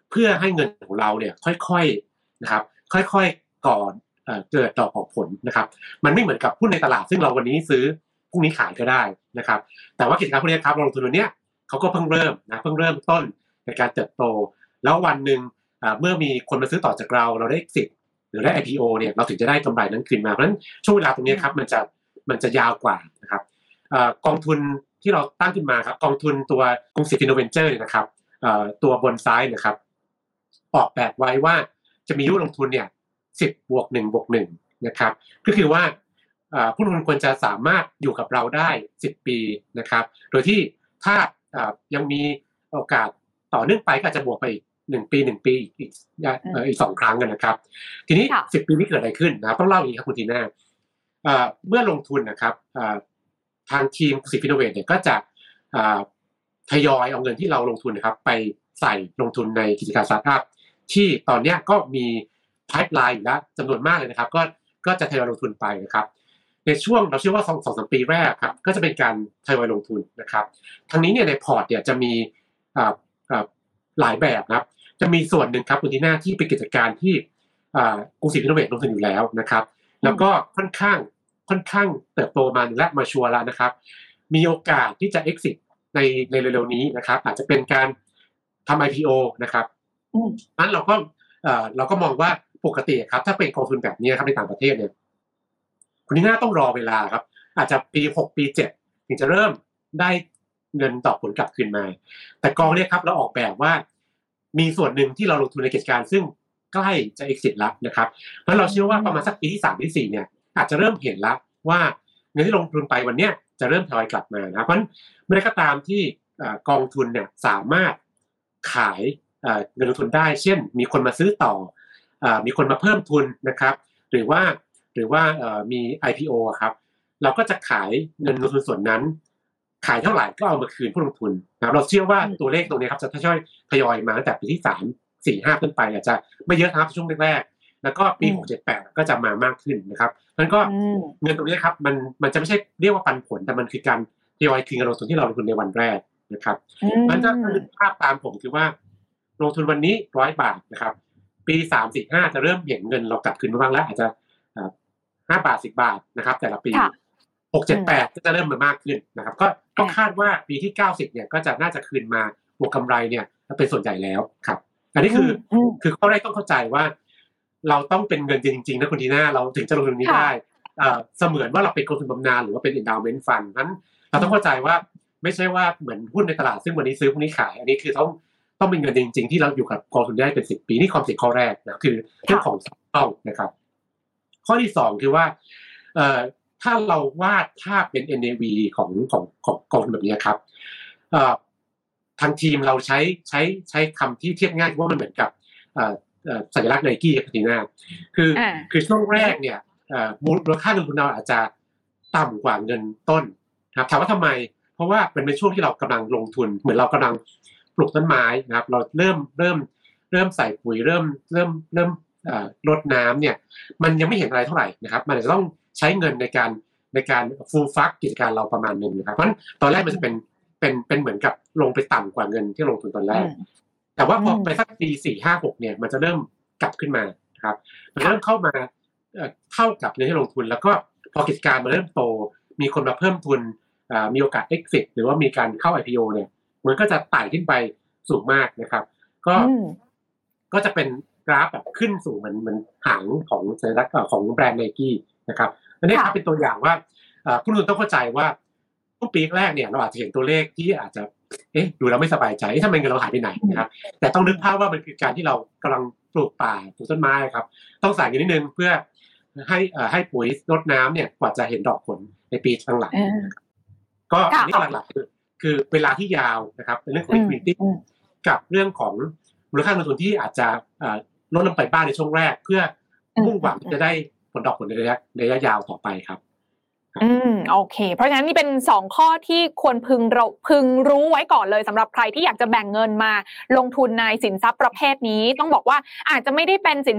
เพื่อให้เงินของเราเนี่ยค่อยๆนะครับค่อยๆก่อนเอ่อเกิดดอกออกผลนะครับมันไม่เหมือนกับหุ้นในตลาดซึ่งเราวันนี้ซื้อพรุ่งนี้ขายก็ได้นะครับแต่ว่ากิจการพวกนี้ครับลงทุนวันนี้เขาก็เพิ่งเริ่มนะเพิ่งเริ่มต้นในการเติบโตแล้ววันนึงเมื่อมีคนมาซื้อต่อจากเราเราได้ exit หรือได้ ไอ พี โอ เนี่ยเราถึงจะได้กำไรนั้นคืนมาเพราะฉะนั้นช่วงเวลาตรงนี้ครับมันจะมันจะยาวกว่านะครับกองทุนที่เราตั้งขึ้นมาครับกองทุนตัวกรุงศรีฟิโนเวนเจอร์เนี่ยนะครับตัวบนซ้ายนะครับออกแบบไว้ว่าจะมีผู้ลงทุนเนี่ยสิบบวกหนึ่งบวกหนึ่งนะครับก็คือว่าผู้ลงทุนควรจะสามารถอยู่กับเราได้สิบปีนะครับโดยที่ถ้ายังมีโอกาสต่อเนื่องไปก็จะบวกไปอีกหนึ่งปีหนึ่งปีอีกอีกสองครั้งกันนะครับทีนี้สิบปีนี้เกิดอะไรขึ้นนะต้องเล่าอย่างนี้ครับคุณทีน่าเมื่อลงทุนนะครับทางทีมสิฟิโนเวทเนี่ยก็จะทยอยเอาเงินที่เราลงทุนนะครับไปใส่ลงทุนในกิจการสตาร์ทอัพที่ตอนนี้ก็มีไพป์ไลน์อยู่แล้วจำนวนมากเลยนะครับก็ก็จะทยอยลงทุนไปนะครับในช่วงเราเชื่อว่าสองสามปีแรกครับก็จะเป็นการทยอยลงทุนนะครับทั้งนี้เนี่ยในพอร์ตเนี่ยจะมีหลายแบบนะครับจะมีส่วนหนึ่งครับคุณทีน่าที่เป็นกิจการที่กรุงศรีฟิโนเวทลงทุนอยู่แล้วนะครับแล้วก็ค่อนข้างค่อนข้างเติบโตมาและมาชัวร์แล้วนะครับมีโอกาสที่จะ exit ในในเร็วๆนี้นะครับอาจจะเป็นการทำ ไอ พี โอ นะครับนั้นเราก็เราก็มองว่าปกติครับถ้าเป็นกองทุนแบบนี้ครับในต่างประเทศเนี่ยคุณทีน่าต้องรอเวลาครับอาจจะปีหกปีเจ็ดถึงจะเริ่มได้เงินตอบผลกลับคืนมาแต่กองเนี่ยครับเราออกแบบว่ามีส่วนหนึ่งที่เราลงทุนในกิจการซึ่งใกล้จะ exit แล้วนะครับเพราะเราเชื่อว่าประมาณสักปีที่สามที่สี่เนี่ยอาจจะเริ่มเห็นแล้วว่าเงินที่ลงทุนไปวันนี้จะเริ่มทยอยกลับมานะเพราะเมื่อใดก็ตามที่กองทุนเนี่ยสามารถขายเงินลงทุนได้เช่นมีคนมาซื้อต่อมีคนมาเพิ่มทุนนะครับหรือว่าหรือว่ามี ไอ พี โอ ครับเราก็จะขายเงินลงทุนส่วนนั้นขายเท่าไหร่ก็เอามาคืนผู้ลงทุนนะครับเราเชื่อว่าตัวเลขตรงนี้ครับจะทยอยทยอยมาตั้งแต่ปีที่สาม สี่ ห้าขึ้นไปอาจจะไม่เยอะครับช่วงแรกๆแล้วก็ปีหก เจ็ด แปดก็จะมามากขึ้นนะครับนั้นก็เงินตรงนี้ครับมันมันจะไม่ใช่เรียกว่าปันผลแต่มันคือการทยอยคืนเงินลงทุนที่เราลงทุนในวันแรกนะครับมันจะนึกภาพตามผมคือว่าลงทุนวันนี้ร้อยบาทนะครับปีสาม สี่ ห้าจะเริ่มเห็นเงินเรากลับคืนมาบ้างแล้วอาจจะห้าบาทสิบบาทนะครับแต่ละปีหก เจ็ด แปดก็จะเริ่มมามากขึ้นนะครับก็ก็คาดว่าปีที่เก้าสิบเนี่ยก็จะน่าจะคืนมาบวกกำไรเนี่ยเป็นส่วนใหญ่แล้วครับอันนี้คือคือข้อแรกต้องเข้าใจว่าเราต้องเป็นเงินจริงๆนะคุณทีน่าเราถึงจะลงทุนนี้ได้เสมือนว่าเราเป็นกองทุนบำนาญหรือว่าเป็น endowment fund นั้นเราต้องเข้าใจว่าไม่ใช่ว่าเหมือนหุ้นในตลาดซึ่งวันนี้ซื้อพรุ่งนี้ขายอันนี้คือต้องต้องเป็นเงินจริงๆที่เราอยู่กับกองทุนได้เป็นสิบปีนี่ความเสี่ยงข้อแรกนะคือเรื่องของต้องนะครับข้อที่สองคือว่าเอ่อถ้าเราวาดภาพเป็น เอ็น เอ วี ของของของกองทุนแบบนี้ครับเอ่อทางทีมเราใช้ใช้ใช้คำที่เทียบง่ายว่ามันเหมือนกับเอ่อเอ่อสัญลักษณ์ Nike ครับทีน่าคือคือช่วงแรกเนี่ยเอ่อมูลค่าเงินทุนเราอาจจะต่ำกว่าเงินต้นนะครับถามว่าทำไมเพราะว่ามันเป็นช่วงที่เรากำลังลงทุนเหมือนเรากำลังปลูกต้นไม้นะครับเราเริ่มเริ่มเริ่มใส่ปุ๋ยเริ่มเริ่มเริ่มรดน้ำเนี่ยมันยังไม่เห็นอะไรเท่าไหร่นะครับมันจะต้องใช้เงินในการในการฟูลฟักกิจการเราประมาณนึงนะครับเพราะฉะนั้นตอนแรกมันจะเป็นเป็นเป็นเหมือนกับลงไปต่ำกว่าเงินที่ลงทุนตอนแรกแต่ว่าพอไปสักปีสี่ห้าหกเนี่ยมันจะเริ่มกลับขึ้นมาครับมันเริ่มเข้ามาเท่ากับเงินที่ลงทุนแล้วก็พอกิจการมันเริ่มโตมีคนมาเพิ่มทุนมีโอกาส exit หรือว่ามีการเข้า ไอ พี โอ เนี่ยมันก็จะไต่ขึ้นไปสูงมากนะครับก็ก็จะเป็นกราฟแบบขึ้นสูงเหมือนเหมือนหางของสัญลักษณ์ของแบรนด์ Nike นะครับอันนี้ครับเป็นตัวอย่างว่าผู้ลงทุนต้องเข้าใจว่าทุกปีแรกเนี่ยเราอาจจะเห็นตัวเลขที่อาจจะเอ๊ะดูแล้วไม่สบายใจทำไมเงินเราหายไปไหนนะครับแต่ต้องนึกภาพว่ามันคือการที่เรากำลังปลูกป่าปลูกต้นไม้ครับต้องใส่เงินนิดนึงเพื่อให้ให้ปุ๋ยรดน้ำเนี่ยกว่าจะเห็นดอกผลในปีข้างหลังก็อันนี้หลักๆคือคือเวลาที่ยาวนะครับเป็นเรื่องของ liquidity กับเรื่องของมูลค่าเงินทุนที่อาจจะลดลงไปบ้างในช่วงแรกเพื่อมุ่งหวังจะได้ผลดอกผลในระยะระยะยาวต่อไปครับอืมโอเคเพราะฉะนั้นนี่เป็นสองข้อที่ควรพึงเราพึงรู้ไว้ก่อนเลยสำหรับใครที่อยากจะแบ่งเงินมาลงทุนในสินทรัพย์ประเภทนี้ต้องบอกว่าอาจจะไม่ได้เป็นสินทรัพย์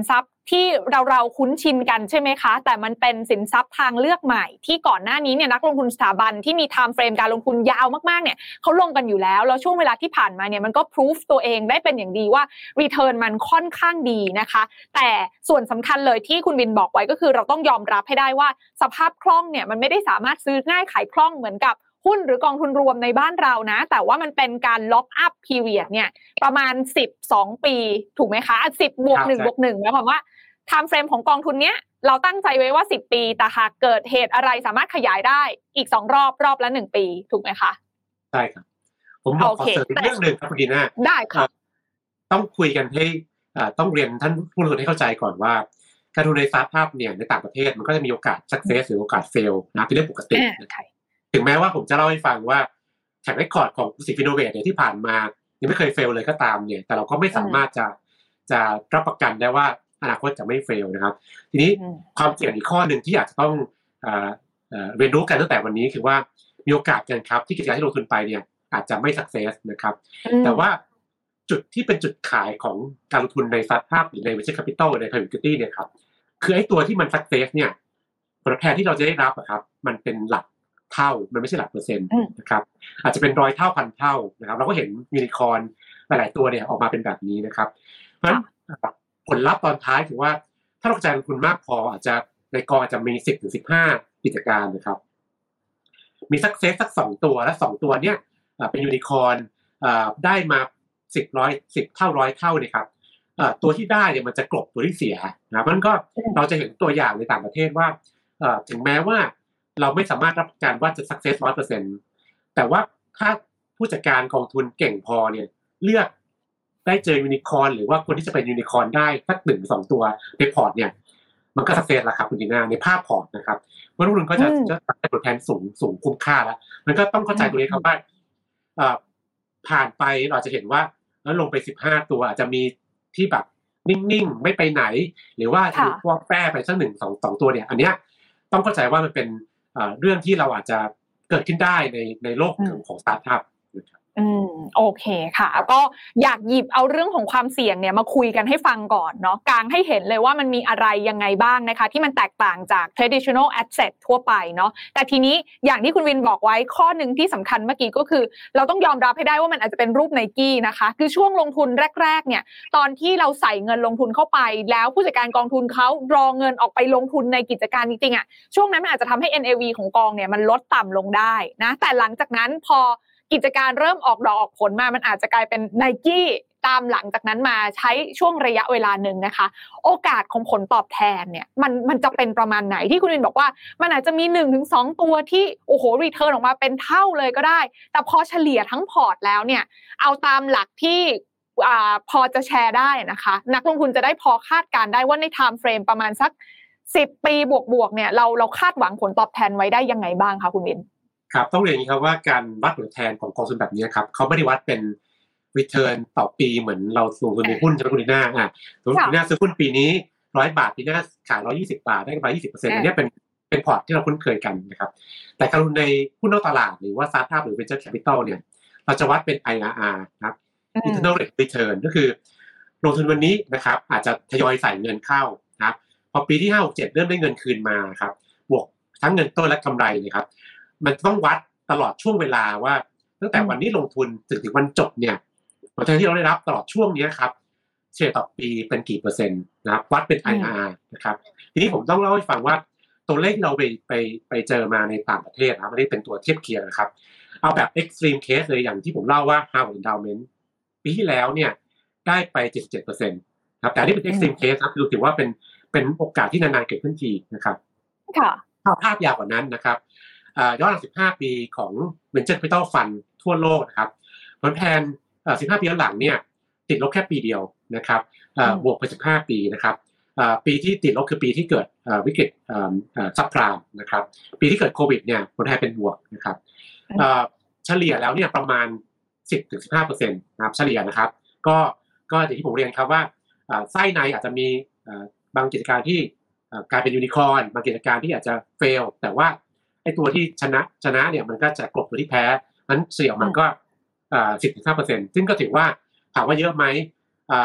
ที่เราเราคุ้นชินกันใช่ไหมคะแต่มันเป็นสินทรัพย์ทางเลือกใหม่ที่ก่อนหน้านี้เนี่ยนักลงทุนสถาบันที่มี time frame การลงทุนยาวมากๆเนี่ยเขาลงกันอยู่แล้วแล้วช่วงเวลาที่ผ่านมาเนี่ยมันก็ proof ตัวเองได้เป็นอย่างดีว่า return มันค่อนข้างดีนะคะแต่ส่วนสำคัญเลยที่คุณบินบอกไว้ก็คือเราต้องยอมรับให้ได้ว่าสภาพคล่องเนี่ยมันไม่ได้สามารถซื้อง่ายขายคล่องเหมือนกับหุ้นหรือกองทุนรวมในบ้านเรานะแต่ว่ามันเป็นการ lock up period เนี่ยประมาณสิบสองปีถูกไหมคะสิบบวกหนึ่งบวกหนึ่งแล้วผมว่า time frame ของกองทุนเนี้ยเราตั้งใจไว้ว่าสิบปีแต่หากเกิดเหตุอะไรสามารถขยายได้อีกสองรอบรอบละหนึ่งปีถูกไหมคะใช่ครับผมบอกขอเสริมเรื่องนึงครับคุณดีน่าได้ค่ะต้องคุยกันให้ต้องเรียนท่านผู้ลงทุนให้เข้าใจก่อนว่าการลงทุนในสตาร์ทอัพเนี่ยในต่างประเทศมันก็จะมีโอกาส success หรือโอกาส fail นะเป็นเรื่องปกติถึงแม้ว่าผมจะเล่าให้ฟังว่าแท็กเรคคอร์ดของสิฟิโนเวทเนี่ยที่ผ่านมายังไม่เคย fail เลยก็ตามเนี่ยแต่เราก็ไม่สามารถจะจะรับประกันได้ว่าอนาคตจะไม่ fail นะครับทีนี้ความเสี่ยงอีกข้อหนึ่งที่อยากจะต้องเรียนรู้กันตั้งแต่วันนี้คือว่ามีโอกาสกันครับที่กิจการที่ลงทุนไปเนี่ยอาจจะไม่ success นะครับแต่ว่าจุดที่เป็นจุดขายของการลงทุนในสตาร์ทอัพหรือใน venture capital ใน private equity เนี่ยครับคือไอ้ตัวที่มัน success เนี่ยผลตอบแทนที่เราจะได้รับอะครับมันเป็นหลักเท่ามันไม่ใช่หลักเปอร์เซ็นต์นะครับอาจจะเป็นร้อยเท่าพันเท่านะครับเราก็เห็นยูนิคอร์นหลายๆตัวเนี่ยออกมาเป็นแบบนี้นะครับเพราะฉะนั้นผลลัพธ์ตอนท้ายถือว่าถ้าเรากระจายลงทุนมากพออาจจะในกองอาจจะมี สิบถึงสิบห้า กิจการนะครับมีซักเซสสักสองตัวและสองตัวเนี่ยเป็นยูนิคอร์นได้มาสิบร้อยสิบเท่าร้อยเท่าเนี่ยครับตัวที่ได้เนี่ยมันจะกลบตัวที่เสียนะมันก็เราจะเห็นตัวอย่างในต่างประเทศว่าถึงแม้ว่าเราไม่สามารถรับประกันว่าจะ success ร้อยเปอร์เซ็นต์ แต่ว่าถ้าผู้จัดการกองทุนเก่งพอเนี่ยเลือกได้เจอยูนิคอร์นหรือว่าคนที่จะเป็นยูนิคอร์นได้สักหนึ่งสองตัวในพอร์ตเนี่ยมันก็ success แล้วครับคุณดีน่าในภาพพอร์ตนะครับว่านักลงทุนก็จะจะได้ผลตอบแทนสูงสูงคุ้มค่าแล้วมันก็ต้องเข้าใจตัวเองครับว่าผ่านไปเราจะเห็นว่าแล้วลงไปสิบห้าตัวอาจจะมีที่แบบนิ่งๆไม่ไปไหนหรือว่าจะมีพวกแปรไปสักหนึ่งสองสองตัวเนี่ยอันเนี้ยต้องเข้าใจว่ามันเป็นเรื่องที่เราอาจจะเกิดขึ้นได้ในในโลกของสตาร์ทอัพอืมโอเคค่ะก็อยากหยิบเอาเรื่องของความเสี่ยงเนี่ยมาคุยกันให้ฟังก่อนเนาะกางให้เห็นเลยว่ามันมีอะไรยังไงบ้างนะคะที่มันแตกต่างจาก traditional asset ทั่วไปเนาะแต่ทีนี้อย่างที่คุณวินบอกไว้ข้อนึงที่สำคัญเมื่อกี้ก็คือเราต้องยอมรับให้ได้ว่ามันอาจจะเป็นรูป Nike นะคะคือช่วงลงทุนแรกๆเนี่ยตอนที่เราใส่เงินลงทุนเข้าไปแล้วผู้จัดการกองทุนเขารอเงินออกไปลงทุนในกิจการจริงๆอ่ะช่วงนั้นมันอาจจะทำให้ เอ็น เอ วี ของกองเนี่ยมันลดต่ำลงได้นะแต่หลังจากนั้นพอกิจการเริ่มออกดอกออกผลมามันอาจจะกลายเป็น Nike ตามหลังจากนั้นมาใช้ช่วงระยะเวลาหนึ่งนะคะโอกาสของผลตอบแทนเนี่ยมันมันจะเป็นประมาณไหนที่คุณวินบอกว่ามันอาจจะมี หนึ่งถึงสอง ตัวที่โอ้โหรีเทิร์นออกมาเป็นเท่าเลยก็ได้แต่พอเฉลี่ยทั้งพอร์ตแล้วเนี่ยเอาตามหลักที่อ่าพอจะแชร์ได้นะคะนักลงทุนจะได้พอคาดการได้ว่าใน time frame ประมาณสักสิบปีบวกๆเนี่ยเราเราคาดหวังผลตอบแทนไว้ได้ยังไงบ้างคะคุณวินครับต้องเรียนอย่างนี้ครับว่าการวัดผลตอบแทนของกองทุนแบบนี้ครับเขาไม่ได้วัดเป็น return ต่อปีเหมือนเราลงทุนในหุ้นใช่ไหมคุณดีน่าอ่ะสมมติคุณดีน่าซื้อหุ้นปีนี้ร้อยบาทปีหน้าขายร้อยยี่สิบบาทได้กำไรยี่สิบเปอร์เซ็นต์อันนี้เป็นเป็นพอร์ตที่เราคุ้นเคยกันนะครับแต่การลงทุนในหุ้นนอกตลาดหรือว่า startup หรือ venture capital เนี่ยเราจะวัดเป็น ไอ อาร์ อาร์ นะครับ internal rate of return ก็คือลงทุนวันนี้นะครับอาจจะทยอยใส่เงินเข้านะครับพอปีที่ห้า หก เจ็ดเริ่มได้เงินคืนมาครับบวกทั้งเงินต้นและกำไรนะครับมันต้องวัดตลอดช่วงเวลาว่าตั้งแต่วันนี้ลงทุนถึงถึงวันจบเนี่ยผลตอบแทนที่เราได้รับตลอดช่วงนี้ครับเฉลี่ยต่อปีเป็นกี่เปอร์เซ็นต์นะครับวัดเป็น ไอ อาร์ อาร์ นะครับทีนี้ผมต้องเล่าให้ฟังว่าตัวเลขที่เราไปไปไปเจอมาในต่างประเทศนะครับไม่ได้เป็นตัวเทียบเคียงนะครับเอาแบบ extreme case เลยอย่างที่ผมเล่าว่า Harvard Endowment ปีที่แล้วเนี่ยได้ไป เจ็ดสิบเจ็ดเปอร์เซ็นต์ ครับแต่นี่เป็น extreme case ครับคือถือว่าเป็นเป็นโอกาสที่นานๆเกิดขึ้นทีนะครับค่ะภาพยาวกว่านั้นนะครับย้อนหลังสิบห้าปีของ Venture Capital Fund ทั่วโลกนะครับผลตอบแทนสิบห้าปีย้อนหลังเนี่ยติดลบแค่ปีเดียวนะครับบวกไปสิบห้าปีนะครับปีที่ติดลบคือปีที่เกิดวิกฤตซับไพรม์นะครับปีที่เกิดโควิดเนี่ยผลตอบแทนเป็นบวกนะครับเฉลี่ยแล้วเนี่ยประมาณ สิบถึงสิบห้าเปอร์เซ็นต์ นะครับเฉลี่ยนะครับก็ก็อย่างที่ผมเรียนครับว่าไส้ในอาจจะมีบางกิจการที่กลายเป็นยูนิคอร์นบางกิจการที่อาจจะเฟลแต่ว่าไอ้ตัวที่ชนะชนะเนี่ยมันก็จะกลบตัวที่แพ้นั้นเสี่ยงมันก็ สิบถึงสิบห้าเปอร์เซ็นต์ ซึ่งก็ถือว่าถามว่าเยอะไหม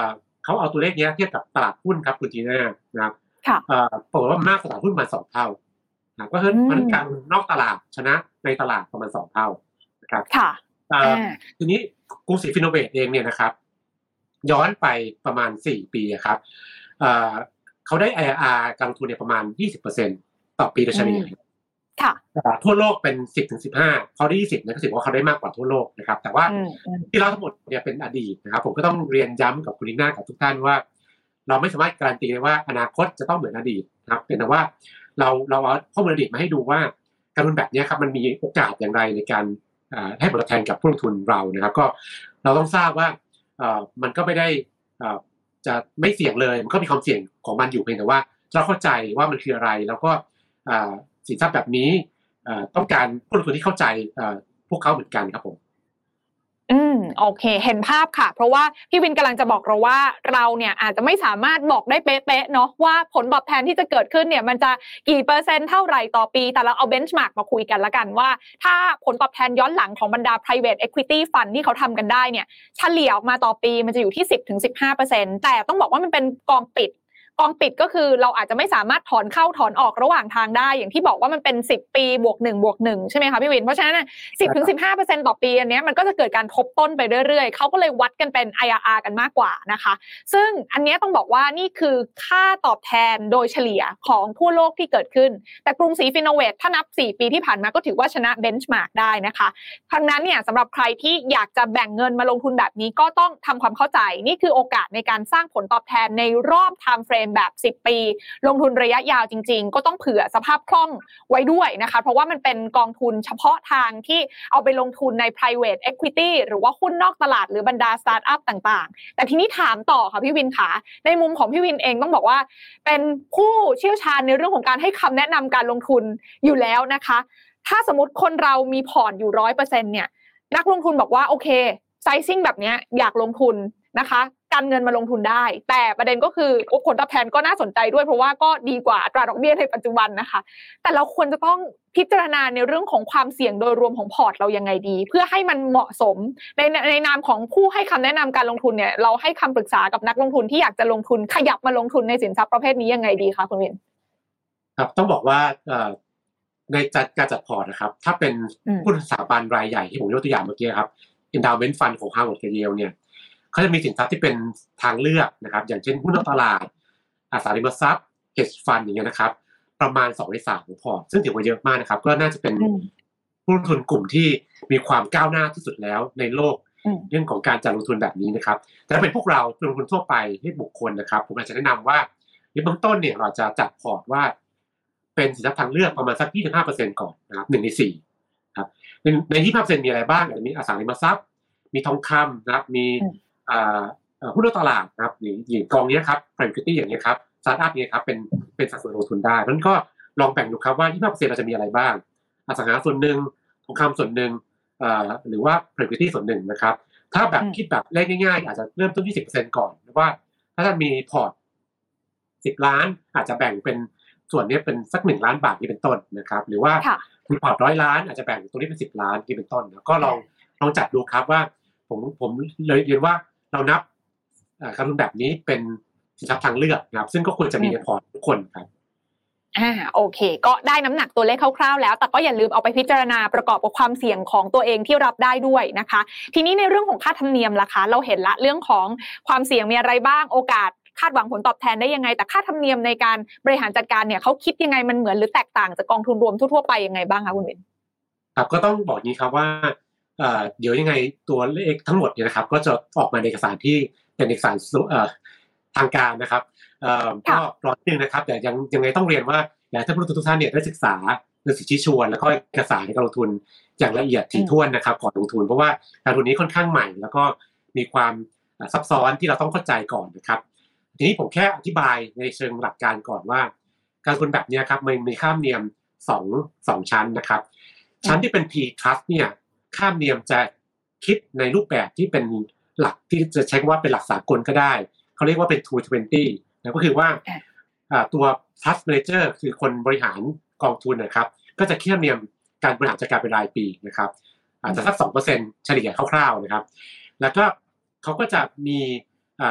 เขาเอาตัวเลขนี้เทียบกับตลาดหุ้นครับคุณจีน่านะครับค่ะเอ่อปรากฏว่ามากกว่าตลาดหุ้นประมาณสองเท่านะก็คือมันการนอกตลาดชนะในตลาดประมาณสองเท่านะครับค่ะทีนี้กรุงศรีฟิโนเวทเองเนี่ยนะครับย้อนไปประมาณสี่ปีครับเขาได้ ไอ อาร์ อาร์ การลงทุนเนี่ยประมาณ ยี่สิบเปอร์เซ็นต์ ต่อปีโดยเฉลี่ยค่ะทั่วโลกเป็น สิบถึงสิบห้า เขาได้ยี่สิบนะก็ถือว่าเขาได้มากกว่าทั่วโลกนะครับแต่ว่าที่เราทั้งหมดเนี่ยเป็นอดีตนะครับผมก็ต้องเรียนย้ำกับคุณลีน่ากับทุกท่านว่าเราไม่สามารถการันตีได้ว่าอนาคตจะต้องเหมือนอดีตนะครับเป็นแต่ว่าเราเราเอาข้อมูลอดีตมาให้ดูว่าการลงทุนแบบนี้ครับมันมีโอกาสอย่างไรในการให้ผลตอบแทนกับผู้ลงทุนเรานะครับก็เราต้องทราบว่ามันก็ไม่ได้จะไม่เสี่ยงเลยมันก็มีความเสี่ยงของมันอยู่เพียงแต่ว่าเราเข้าใจว่ามันคืออะไรแล้วก็สินทรัพย์แบบนี้ต้องการผู้ลงทุนที่เข้าใจพวกเขาเหมือนกันครับผมอืมโอเคเห็นภาพค่ะเพราะว่าพี่วินกำลังจะบอกเราว่าเราเนี่ยอาจจะไม่สามารถบอกได้เป๊ะๆเนาะว่าผลตอบแทนที่จะเกิดขึ้นเนี่ยมันจะกี่เปอร์เซ็นต์เท่าไหร่ต่อปีแต่เราเอาเบนช์มาร์กมาคุยกันละกันว่าถ้าผลตอบแทนย้อนหลังของบรรดา private equity fund ที่เขาทำกันได้เนี่ยเฉลี่ยออกมาต่อปีมันจะอยู่ที่ สิบถึงสิบห้าเปอร์เซ็นต์ แต่ต้องบอกว่ามันเป็นกองปิดกองปิดก็คือเราอาจจะไม่สามารถถอนเข้าถอนออกระหว่างทางได้อย่างที่บอกว่ามันเป็นสิบปีบวกหนึ่งบวกหนึ่งใช่ไหมคะพี่วินเพราะฉะนั้น สิบถึงสิบห้าเปอร์เซ็นต์ ต่อปีอันนี้มันก็จะเกิดการทบต้นไปเรื่อยๆเขาก็เลยวัดกันเป็น ไอ อาร์ อาร์ กันมากกว่านะคะซึ่งอันนี้ต้องบอกว่านี่คือค่าตอบแทนโดยเฉลี่ยของทั่วโลกที่เกิดขึ้นแต่กรุงศรีฟิโนเวทถ้านับสี่ปีที่ผ่านมาก็ถือว่าชนะเบนช์มาร์กได้นะคะทั้งนั้นเนี่ยสำหรับใครที่อยากจะแบ่งเงินมาลงทุนแบบนี้ก็ต้องทำความเข้าใจนี่คือโอกาสในการสร้างผลตอบแทนในรอบไทม์เฟรมแบบสิบปีลงทุนระยะยาวจริงๆก็ต้องเผื่อสภาพคล่องไว้ด้วยนะคะเพราะว่ามันเป็นกองทุนเฉพาะทางที่เอาไปลงทุนใน private equity หรือว่าหุ้นนอกตลาดหรือบรรดาสตาร์ทอัพต่างๆแต่ทีนี้ถามต่อค่ะพี่วินค่ะในมุมของพี่วินเองต้องบอกว่าเป็นผู้เชี่ยวชาญในเรื่องของการให้คำแนะนำการลงทุนอยู่แล้วนะคะถ้าสมมติคนเรามีพอร์ตอยู่ ร้อยเปอร์เซ็นต์ เนี่ยนักลงทุนบอกว่าโอเคไซซิ่งแบบนี้อยากลงทุนนะคะการเงินมาลงทุนได้แต่ประเด็นก็คือผลตอบแทนก็น่าสนใจด้วยเพราะว่าก็ดีกว่าอัตราดอกเบี้ยในปัจจุบันนะคะแต่เราควรจะต้องพิจารณาในเรื่องของความเสี่ยงโดยรวมของพอร์ตเรายังไงดีเพื่อให้มันเหมาะสมในในนามของผู้ให้คำแนะนำการลงทุนเนี่ยเราให้คำปรึกษากับนักลงทุนที่อยากจะลงทุนขยับมาลงทุนในสินทรัพย์ประเภทนี้ยังไงดีคะคุณวินครับต้องบอกว่าในการจัดพอร์ตนะครับถ้าเป็นหุ้นสถาบันรายใหญ่ที่ผมยกตัวอย่างเมื่อกี้ครับ endowment fund ของ Harvard กับ Yale เนี่ยเขาจะมีสินทรัพย์ที่เป็นทางเลือกนะครับอย่างเช่นหุ้นนอกตลาดอสังหาริมทรัพย์ hedge fund อย่างเงี้ยนะครับประมาณสองในสามของพอร์ตซึ่งถือว่าเยอะมากนะครับก็น่าจะเป็นผู้ลงทุนกลุ่มที่มีความก้าวหน้าที่สุดแล้วในโลกเรื่องของการจัดลงทุนแบบนี้นะครับแต่ถ้าเป็นพวกเราลงทุนทั่วไปที่บุคคลนะครับผมอาจจะแนะนำว่าในเบื้องต้นเนี่ยเราจะจัดพอร์ตว่าเป็นสินทรัพย์ทางเลือกประมาณสัก ยี่สิบห้าเปอร์เซ็นต์ ก่อนนะครับหนึ่งในสี่ครับในใน ยี่สิบห้าเปอร์เซ็นต์ มีอะไรบ้างมีอสังหาริมทรัพย์มีทองคำนะครับมีหุ้นนอกตลาดนะครับอย่างกองนี้ครับ private equity อย่างนี้ครับสตาร์ทอัพนี้ครับเป็นเป็นสัดส่วนลงทุนได้เพราะฉะนั้นก็ลองแบ่งดูครับว่า ยี่สิบห้าเปอร์เซ็นต์ เราจะมีอะไรบ้างอสังหาส่วนหนึ่งทองคำส่วนหนึ่งหรือว่า private equity ส่วนหนึ่งนะครับถ้าแบบคิดแบบเลขง่ายๆอาจจะเริ่มต้น ยี่สิบเปอร์เซ็นต์ ก่อนหรือว่าถ้าท่านมีพอร์ตสิบล้านอาจจะแบ่งเป็นส่วนนี้เป็นสักหนึ่งล้านบาทที่เป็นต้นนะครับหรือว่ามีพอร์ตร้อยล้านอาจจะแบ่งตรงนี้เป็นสิบล้านที่เป็นต้นก็ลองลองจัดดูครับว่าผมผมเลยเรียนว่าเรานับการลงทุนแบบนี้เป็นสินทรัพย์ทางเลือกนะครับซึ่งก็ควรจะมีในพอร์ตทุกคนครับอ่าโอเคก็ได้น้ำหนักตัวเลขคร่าวๆแล้วแต่ก็อย่าลืมเอาไปพิจารณาประกอบกับความเสี่ยงของตัวเองที่รับได้ด้วยนะคะทีนี้ในเรื่องของค่าธรรมเนียมล่ะคะเราเห็นละเรื่องของความเสี่ยงมีอะไรบ้างโอกาสคาดหวังผลตอบแทนได้ยังไงแต่ค่าธรรมเนียมในการบริหารจัดการเนี่ยเขาคิดยังไงมันเหมือนหรือแตกต่างจากกองทุนรวมทั่วๆไปยังไงบ้างคะคุณวินครับก็ต้องบอกนี้ครับว่าเดี๋ยวยังไงตัวเลขทั้งหมดเนี่ยนะครับก็จะออกมาในเอกสารที่เป็นเอกสารทางการนะครับก็รอนิดนึงนะครับแต่ยังยังไงต้องเรียนว่าอยากให้ท่านผู้ลงทุนทุกท่านเนี่ยได้ศึกษาหนังสือชี้ชวนแล้วก็เอกสารในการลงทุนอย่างละเอียดถี่ถ้วนนะครับก่อนลงทุนเพราะว่าการลงทุนนี้ค่อนข้างใหม่แล้วก็มีความซับซ้อนที่เราต้องเข้าใจก่อนนะครับทีนี้ผมแค่อธิบายในเชิงหลักการก่อนว่าการลงทุนแบบนี้ครับมันมีค่าธรรมเนียมสอง สองชั้นนะครับชั้นที่เป็น P Trust เนี่ยค่าธรรมเนียมจะคิดในรูปแบบที่เป็นหลักที่จะใช้ว่าเป็นหลักสากลก็ได้เขาเรียกว่าเป็น two twenty นะก็คือว่าตัว Trust Manager คือคนบริหารกองทุนนะครับก็จะคิดธรรมเนียมการบริหารจัดการเป็นรายปีนะครับอาจจะสัก สองเปอร์เซ็นต์ เฉลี่ยคร่าวๆนะครับแล้วก็เขาก็จะมี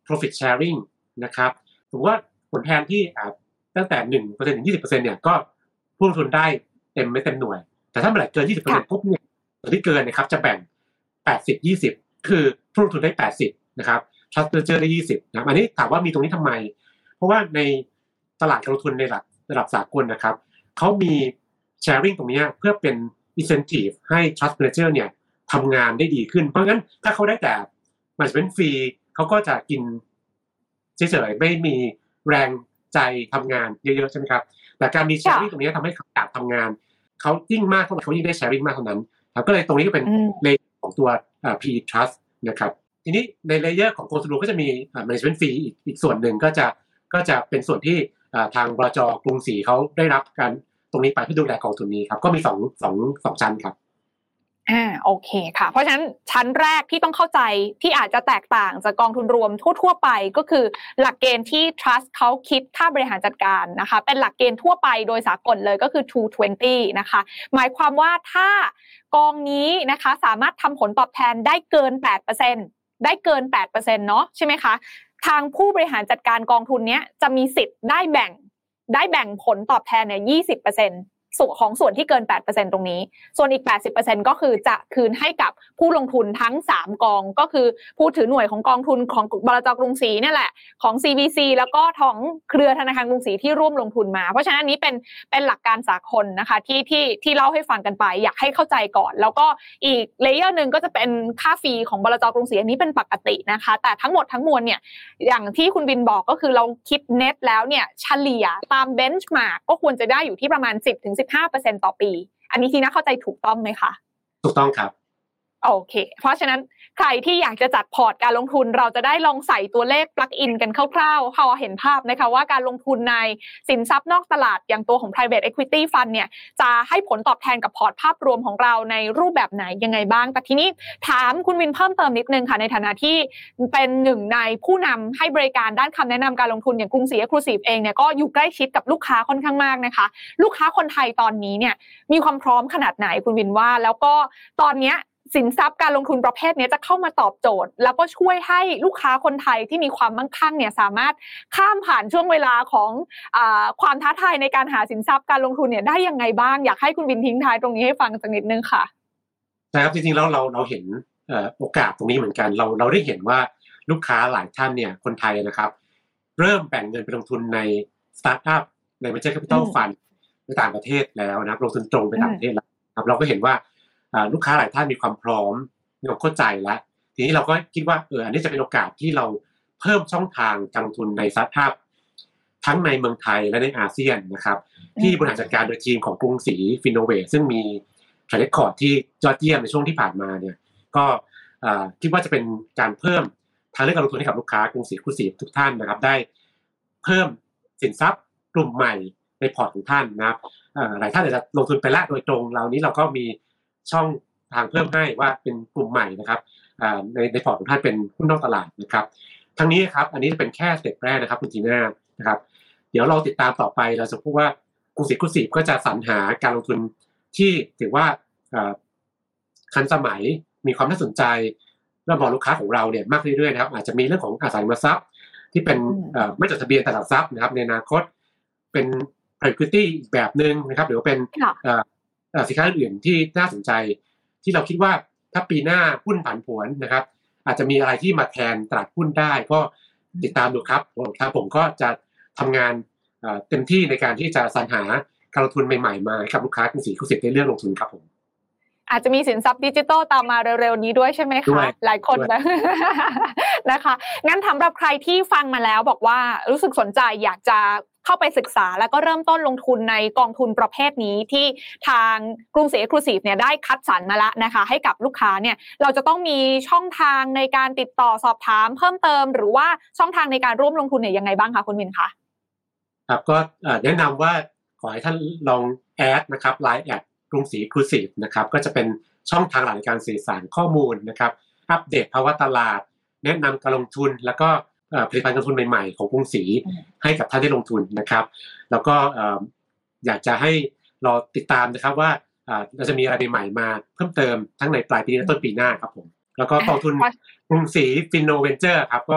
profit sharing นะครับผมว่าผลแทนที่ตั้งแต่ หนึ่งเปอร์เซ็นต์ ถึง ยี่สิบเปอร์เซ็นต์ เนี่ยก็ผู้ลงทุนได้เต็มไม่เต็มหน่วยแต่ถ้าเมื่อไหร่เกิน ยี่สิบเปอร์เซ็นต์ ปุ๊บเนี่ยส่วนที่เกินนะครับจะแบ่ง แปดสิบ ยี่สิบ คือผู้ลงทุนได้แปดสิบนะครับ trust manager ได้ยี่สิบนะอันนี้ถามว่ามีตรงนี้ทำไมเพราะว่าในตลาดการลงทุนในระดับระดับสากลนะครับเขามี sharing ตรงนี้เพื่อเป็น incentive ให้ trust manager เนี่ยทำงานได้ดีขึ้นเพราะงั้นถ้าเขาได้แต่ management fee เขาก็จะกินเฉยๆไม่มีแรงใจทำงานเยอะๆใช่ไหมครับแต่การมี sharing ตรงนี้ทำให้เขาอยากทำงานเขายิ่งมากเท่าไหร่เขายิ่งได้ sharing มากเท่านั้นก็เลยตรงนี้ก็เป็นเลเยอร์ของตัว พี อี Trust นะครับทีนี้ในเลเยอร์ของกองทุนก็จะมี management fee อีกอีกส่วนหนึ่งก็จะก็จะเป็นส่วนที่ทางบลจ.กรุงศรีเขาได้รับการตรงนี้ไปเพื่อดูแลกองทุนนี้ครับก็มีสองสองสองชั้นครับอ่าโอเคค่ะเพราะฉะนั้นชั้นแรกที่ต้องเข้าใจที่อาจจะแตกต่างจากกองทุนรวมทั่วๆไปก็คือหลักเกณฑ์ที่ Trust เขาคิดค่าบริหารจัดการนะคะเป็นหลักเกณฑ์ทั่วไปโดยสากลเลยก็คือ สองร้อยยี่สิบนะคะหมายความว่าถ้ากองนี้นะคะสามารถทำผลตอบแทนได้เกิน แปดเปอร์เซ็นต์ ได้เกิน แปดเปอร์เซ็นต์ เนาะใช่ไหมคะทางผู้บริหารจัดการกองทุนนี้จะมีสิทธิ์ได้แบ่งได้แบ่งผลตอบแทนเนี่ย ยี่สิบเปอร์เซ็นต์ส่วนของส่วนที่เกิน แปดเปอร์เซ็นต์ ตรงนี้ส่วนอีก แปดสิบเปอร์เซ็นต์ ก็คือจะคืนให้กับผู้ลงทุนทั้งสามกองก็คือผู้ถือหน่วยของกองทุนของบลจ.กรุงศรีนี่แหละของ ซี บี ซี แล้วก็ของเครือธนาคารกรุงศรีที่ร่วมลงทุนมาเพราะฉะนั้นนี้เป็นเป็นหลักการสากลนะคะที่ที่ที่เล่าให้ฟังกันไปอยากให้เข้าใจก่อนแล้วก็อีกเลเยอร์นึงก็จะเป็นค่าฟรีของบลจ.กรุงศรีอันนี้เป็นปกตินะคะแต่ทั้งหมดทั้งมวลเนี่ยอย่างที่คุณบินบอกก็คือเราคิดเน็ตแล้วเนี่ยเฉลี่ยตามเบนช์มาร์กก็ควรจะได้อยู่ที่ประมาณ สิบถึงสิบห้าเปอร์เซ็นต์ ต่อปีอันนี้ทีน่าเข้าใจถูกต้องไหมคะถูกต้องครับโอเคเพราะฉะนั้นใครที่อยากจะจัดพอร์ตการลงทุนเราจะได้ลองใส่ตัวเลขปลั๊กอินกันคร่าวๆพอเห็นภาพนะคะว่าการลงทุนในสินทรัพย์นอกตลาดอย่างตัวของ private equity fund เนี่ยจะให้ผลตอบแทนกับพอร์ตภาพรวมของเราในรูปแบบไหนยังไงบ้างแต่ทีนี้ถามคุณวินเพิ่มเติมนิดนึงค่ะในฐานะที่เป็นหนึ่งในผู้นำให้บริการด้านคำแนะนำการลงทุนอย่างกรุงศรี Exclusive เองเนี่ยก็อยู่ใกล้ชิดกับลูกค้าค่อนข้างมากนะคะลูกค้าคนไทยตอนนี้เนี่ยมีความพร้อมขนาดไหนคุณวินว่าแล้วก็ตอนเนี้ยสินทรัพย์การลงทุนประเภทนี้จะเข้ามาตอบโจทย์แล้วก็ช่วยให้ลูกค้าคนไทยที่มีความมั่งคั่งเนี่ยสามารถข้ามผ่านช่วงเวลาของอ่าความท้าทายในการหาสินทรัพย์การลงทุนเนี่ยได้ยังไงบ้างอยากให้คุณวินทิ้งท้ายตรงนี้ให้ฟังสักนิดนึงค่ะใช่ครับจริงๆแล้วเราเราเห็นเอ่อโอกาสตรงนี้เหมือนกันเราเราได้เห็นว่าลูกค้าหลายท่านเนี่ยคนไทยนะครับเริ่มแบ่งเงินไปลงทุนในสตาร์ทอัพใน Venture Capital Fund ในต่างประเทศแล้วนะครับลงทุนตรงไปต่างประเทศแล้วครับเราก็เห็นว่าลูกค้าหลายท่านมีความพร้อมมีความเข้าใจแล้วทีนี้เราก็คิดว่าเอออันนี้จะเป็นโอกาสที่เราเพิ่มช่องทางการลงทุนในสตาร์ทอัพทั้งในเมืองไทยและในอาเซียนนะครับที่บริหารจัดการโดยทีมของกรุงศรีฟิโนเวทซึ่งมีแทร็กเรคคอร์ดที่ยอดเยี่ยมในช่วงที่ผ่านมาเนี่ยก็คิดว่าจะเป็นการเพิ่มทางเลือกการลงทุนให้กับลูกค้ากรุงศรีคุศีทุกท่านนะครับได้เพิ่มสินทรัพย์กลุ่มใหม่ในพอร์ตของท่านนะครับหลายท่านอาจจะลงทุนไปละโดยตรงเรานี้เราก็มีช่องทางเพิ่มให้ว่าเป็นกลุ่มใหม่นะครับในในพอร์ตของท่านเป็นหุ้นนอกตลาดนะครับทั้งนี้ครับอันนี้จะเป็นแค่สเต็ปแรกนะครับคุณจีน่านะครับเดี๋ยวเราติดตามต่อไปเราจะพบว่ากรุงศรีคุศีก็จะสรรหาการลงทุนที่ถือว่าทันสมัยมีความน่าสนใจและเหมาะลูกค้าของเราเนี่ยมากเรื่อยๆนะครับอาจจะมีเรื่องของอสังหาริมทรัพย์ที่เป็นไม่จดทะเบียนตลาดทรัพย์นะครับในอนาคตเป็น private equity อีกแบบนึงนะครับหรือว่าเป็นสินค้าอื่นที่น่าสนใจที่เราคิดว่าถ้าปีหน้าหุ้นผันผวนนะครับอาจจะมีอะไรที่มาแทนตลาดหุ้นได้ก็ติดตามดูครับทางผมก็จะทำงานเต็มที่ในการที่จะสรรหาการลงทุนใหม่ๆมาให้กับลูกค้ากรุงศรีคุศีในเรื่องลงทุนครับผมอาจจะมีสินทรัพย์ดิจิทัลตามมาเร็วๆนี้ด้วยใช่ไหมคะหลายคนนะนะคะงั้นสำหรับใครที่ฟังมาแล้วบอกว่ารู้สึกสนใจอยากจะเข้าไปศึกษาแล้วก็เริ่มต้นลงทุนในกองทุนประเภทนี้ที่ทางกรุงศรี Exclusive เนี่ยได้คัดสรรมาแล้วนะคะให้กับลูกค้าเนี่ยเราจะต้องมีช่องทางในการติดต่อสอบถามเพิ่มเติมหรือว่าช่องทางในการร่วมลงทุนเนี่ยยังไงบ้างคะคุณวินคะครับก็แนะนำว่าขอให้ท่านลองแอดนะครับ ไลน์ แอดกรุงศรี Exclusive นะครับก็จะเป็นช่องทางหลักในการสื่อสารข้อมูลนะครับอัปเดตภาวะตลาดแนะนำการลงทุนแล้วก็ผลิตภัณฑ์การลงทุนใหม่ๆของกรุงศรีให้กับท่านได้ลงทุนนะครับแล้วก็อยากจะให้รอติดตามนะครับว่าเราจะมีอะไรใหม่ๆมาเพิ่มเติมทั้งในปลายปีและต้นปีหน้าครับผมแล้วก็กองทุนกรุงศรีฟินโนเวนเจอร์ครับก็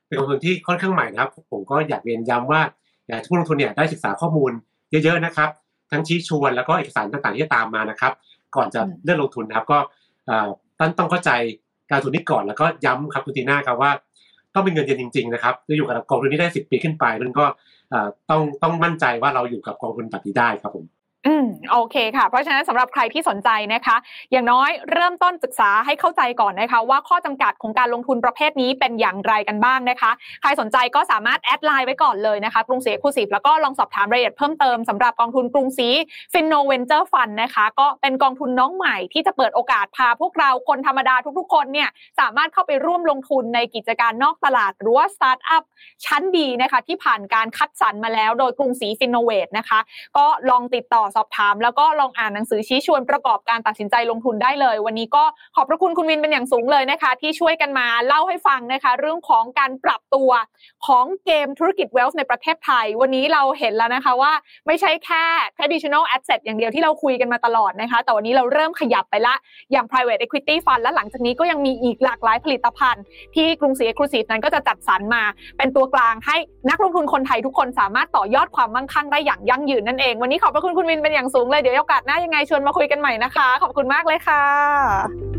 เป็นกองทุนที่ค่อนข้างใหม่นะครับผมก็อยากเรียนย้ำว่าอยากให้ผู้ลงทุนเนี่ยได้ศึกษาข้อมูลเยอะๆนะครับทั้งชี้ชวนแล้วก็เอกสารต่างๆที่จะตามมานะครับก่อนจะเลือกลงทุนนะครับก็ต้องต้องเข้าใจการลงทุนนี้ก่อนแล้วก็ย้ำครับคุณตีน่าครับว่าต้องเป็นเงินเย็นจริงๆนะครับจะอยู่กับกองทุนนี้ได้สิบปีขึ้นไปนั่นก็ต้องต้องมั่นใจว่าเราอยู่กับกองทุนแบบนี้ได้ครับผมอืมโอเคค่ะเพราะฉะนั้นสำหรับใครที่สนใจนะคะอย่างน้อยเริ่มต้นศึกษาให้เข้าใจก่อนนะคะว่าข้อจำกัดของการลงทุนประเภทนี้เป็นอย่างไรกันบ้างนะคะใครสนใจก็สามารถแอดไลน์ไว้ก่อนเลยนะคะกรุงศรี Exclusive แล้วก็ลองสอบถามรายละเอียดเพิ่มเติมสำหรับกองทุนกรุงศรี Finno Venture Fund นะคะก็เป็นกองทุนน้องใหม่ที่จะเปิดโอกาสพาพวกเราคนธรรมดาทุกๆคนเนี่ยสามารถเข้าไปร่วมลงทุนในกิจการนอกตลาดหรือว่าสตาร์ทอัพชั้นดีนะคะที่ผ่านการคัดสรรมาแล้วโดยกรุงศรี Finnovate นะคะก็ลองติดต่อสอบถามแล้วก็ลองอ่านหนังสือชี้ชวนประกอบการตัดสินใจลงทุนได้เลยวันนี้ก็ขอบพระคุณคุณวินเป็นอย่างสูงเลยนะคะที่ช่วยกันมาเล่าให้ฟังนะคะเรื่องของการปรับตัวของเกมธุรกิจ Wealth ในประเทศไทยวันนี้เราเห็นแล้วนะคะว่าไม่ใช่แค่ traditional asset อย่างเดียวที่เราคุยกันมาตลอดนะคะแต่วันนี้เราเริ่มขยับไปละอย่าง private equity fund และหลังจากนี้ก็ยังมีอีกหลากหลายผลิตภัณฑ์ที่กรุงศรี Exclusive นั้นก็จะจัดสรรมาเป็นตัวกลางให้นักลงทุนคนไทยทุกคนสามารถต่อยอดความมั่งคั่งได้อย่างยั่งยืนนั่นเองวันนี้ขอบพระคุณคุณวินเป็นอย่างสูงเลยเดี๋ยวโอกาสหน้ายังไงชวนมาคุยกันใหม่นะคะขอบคุณมากเลยค่ะ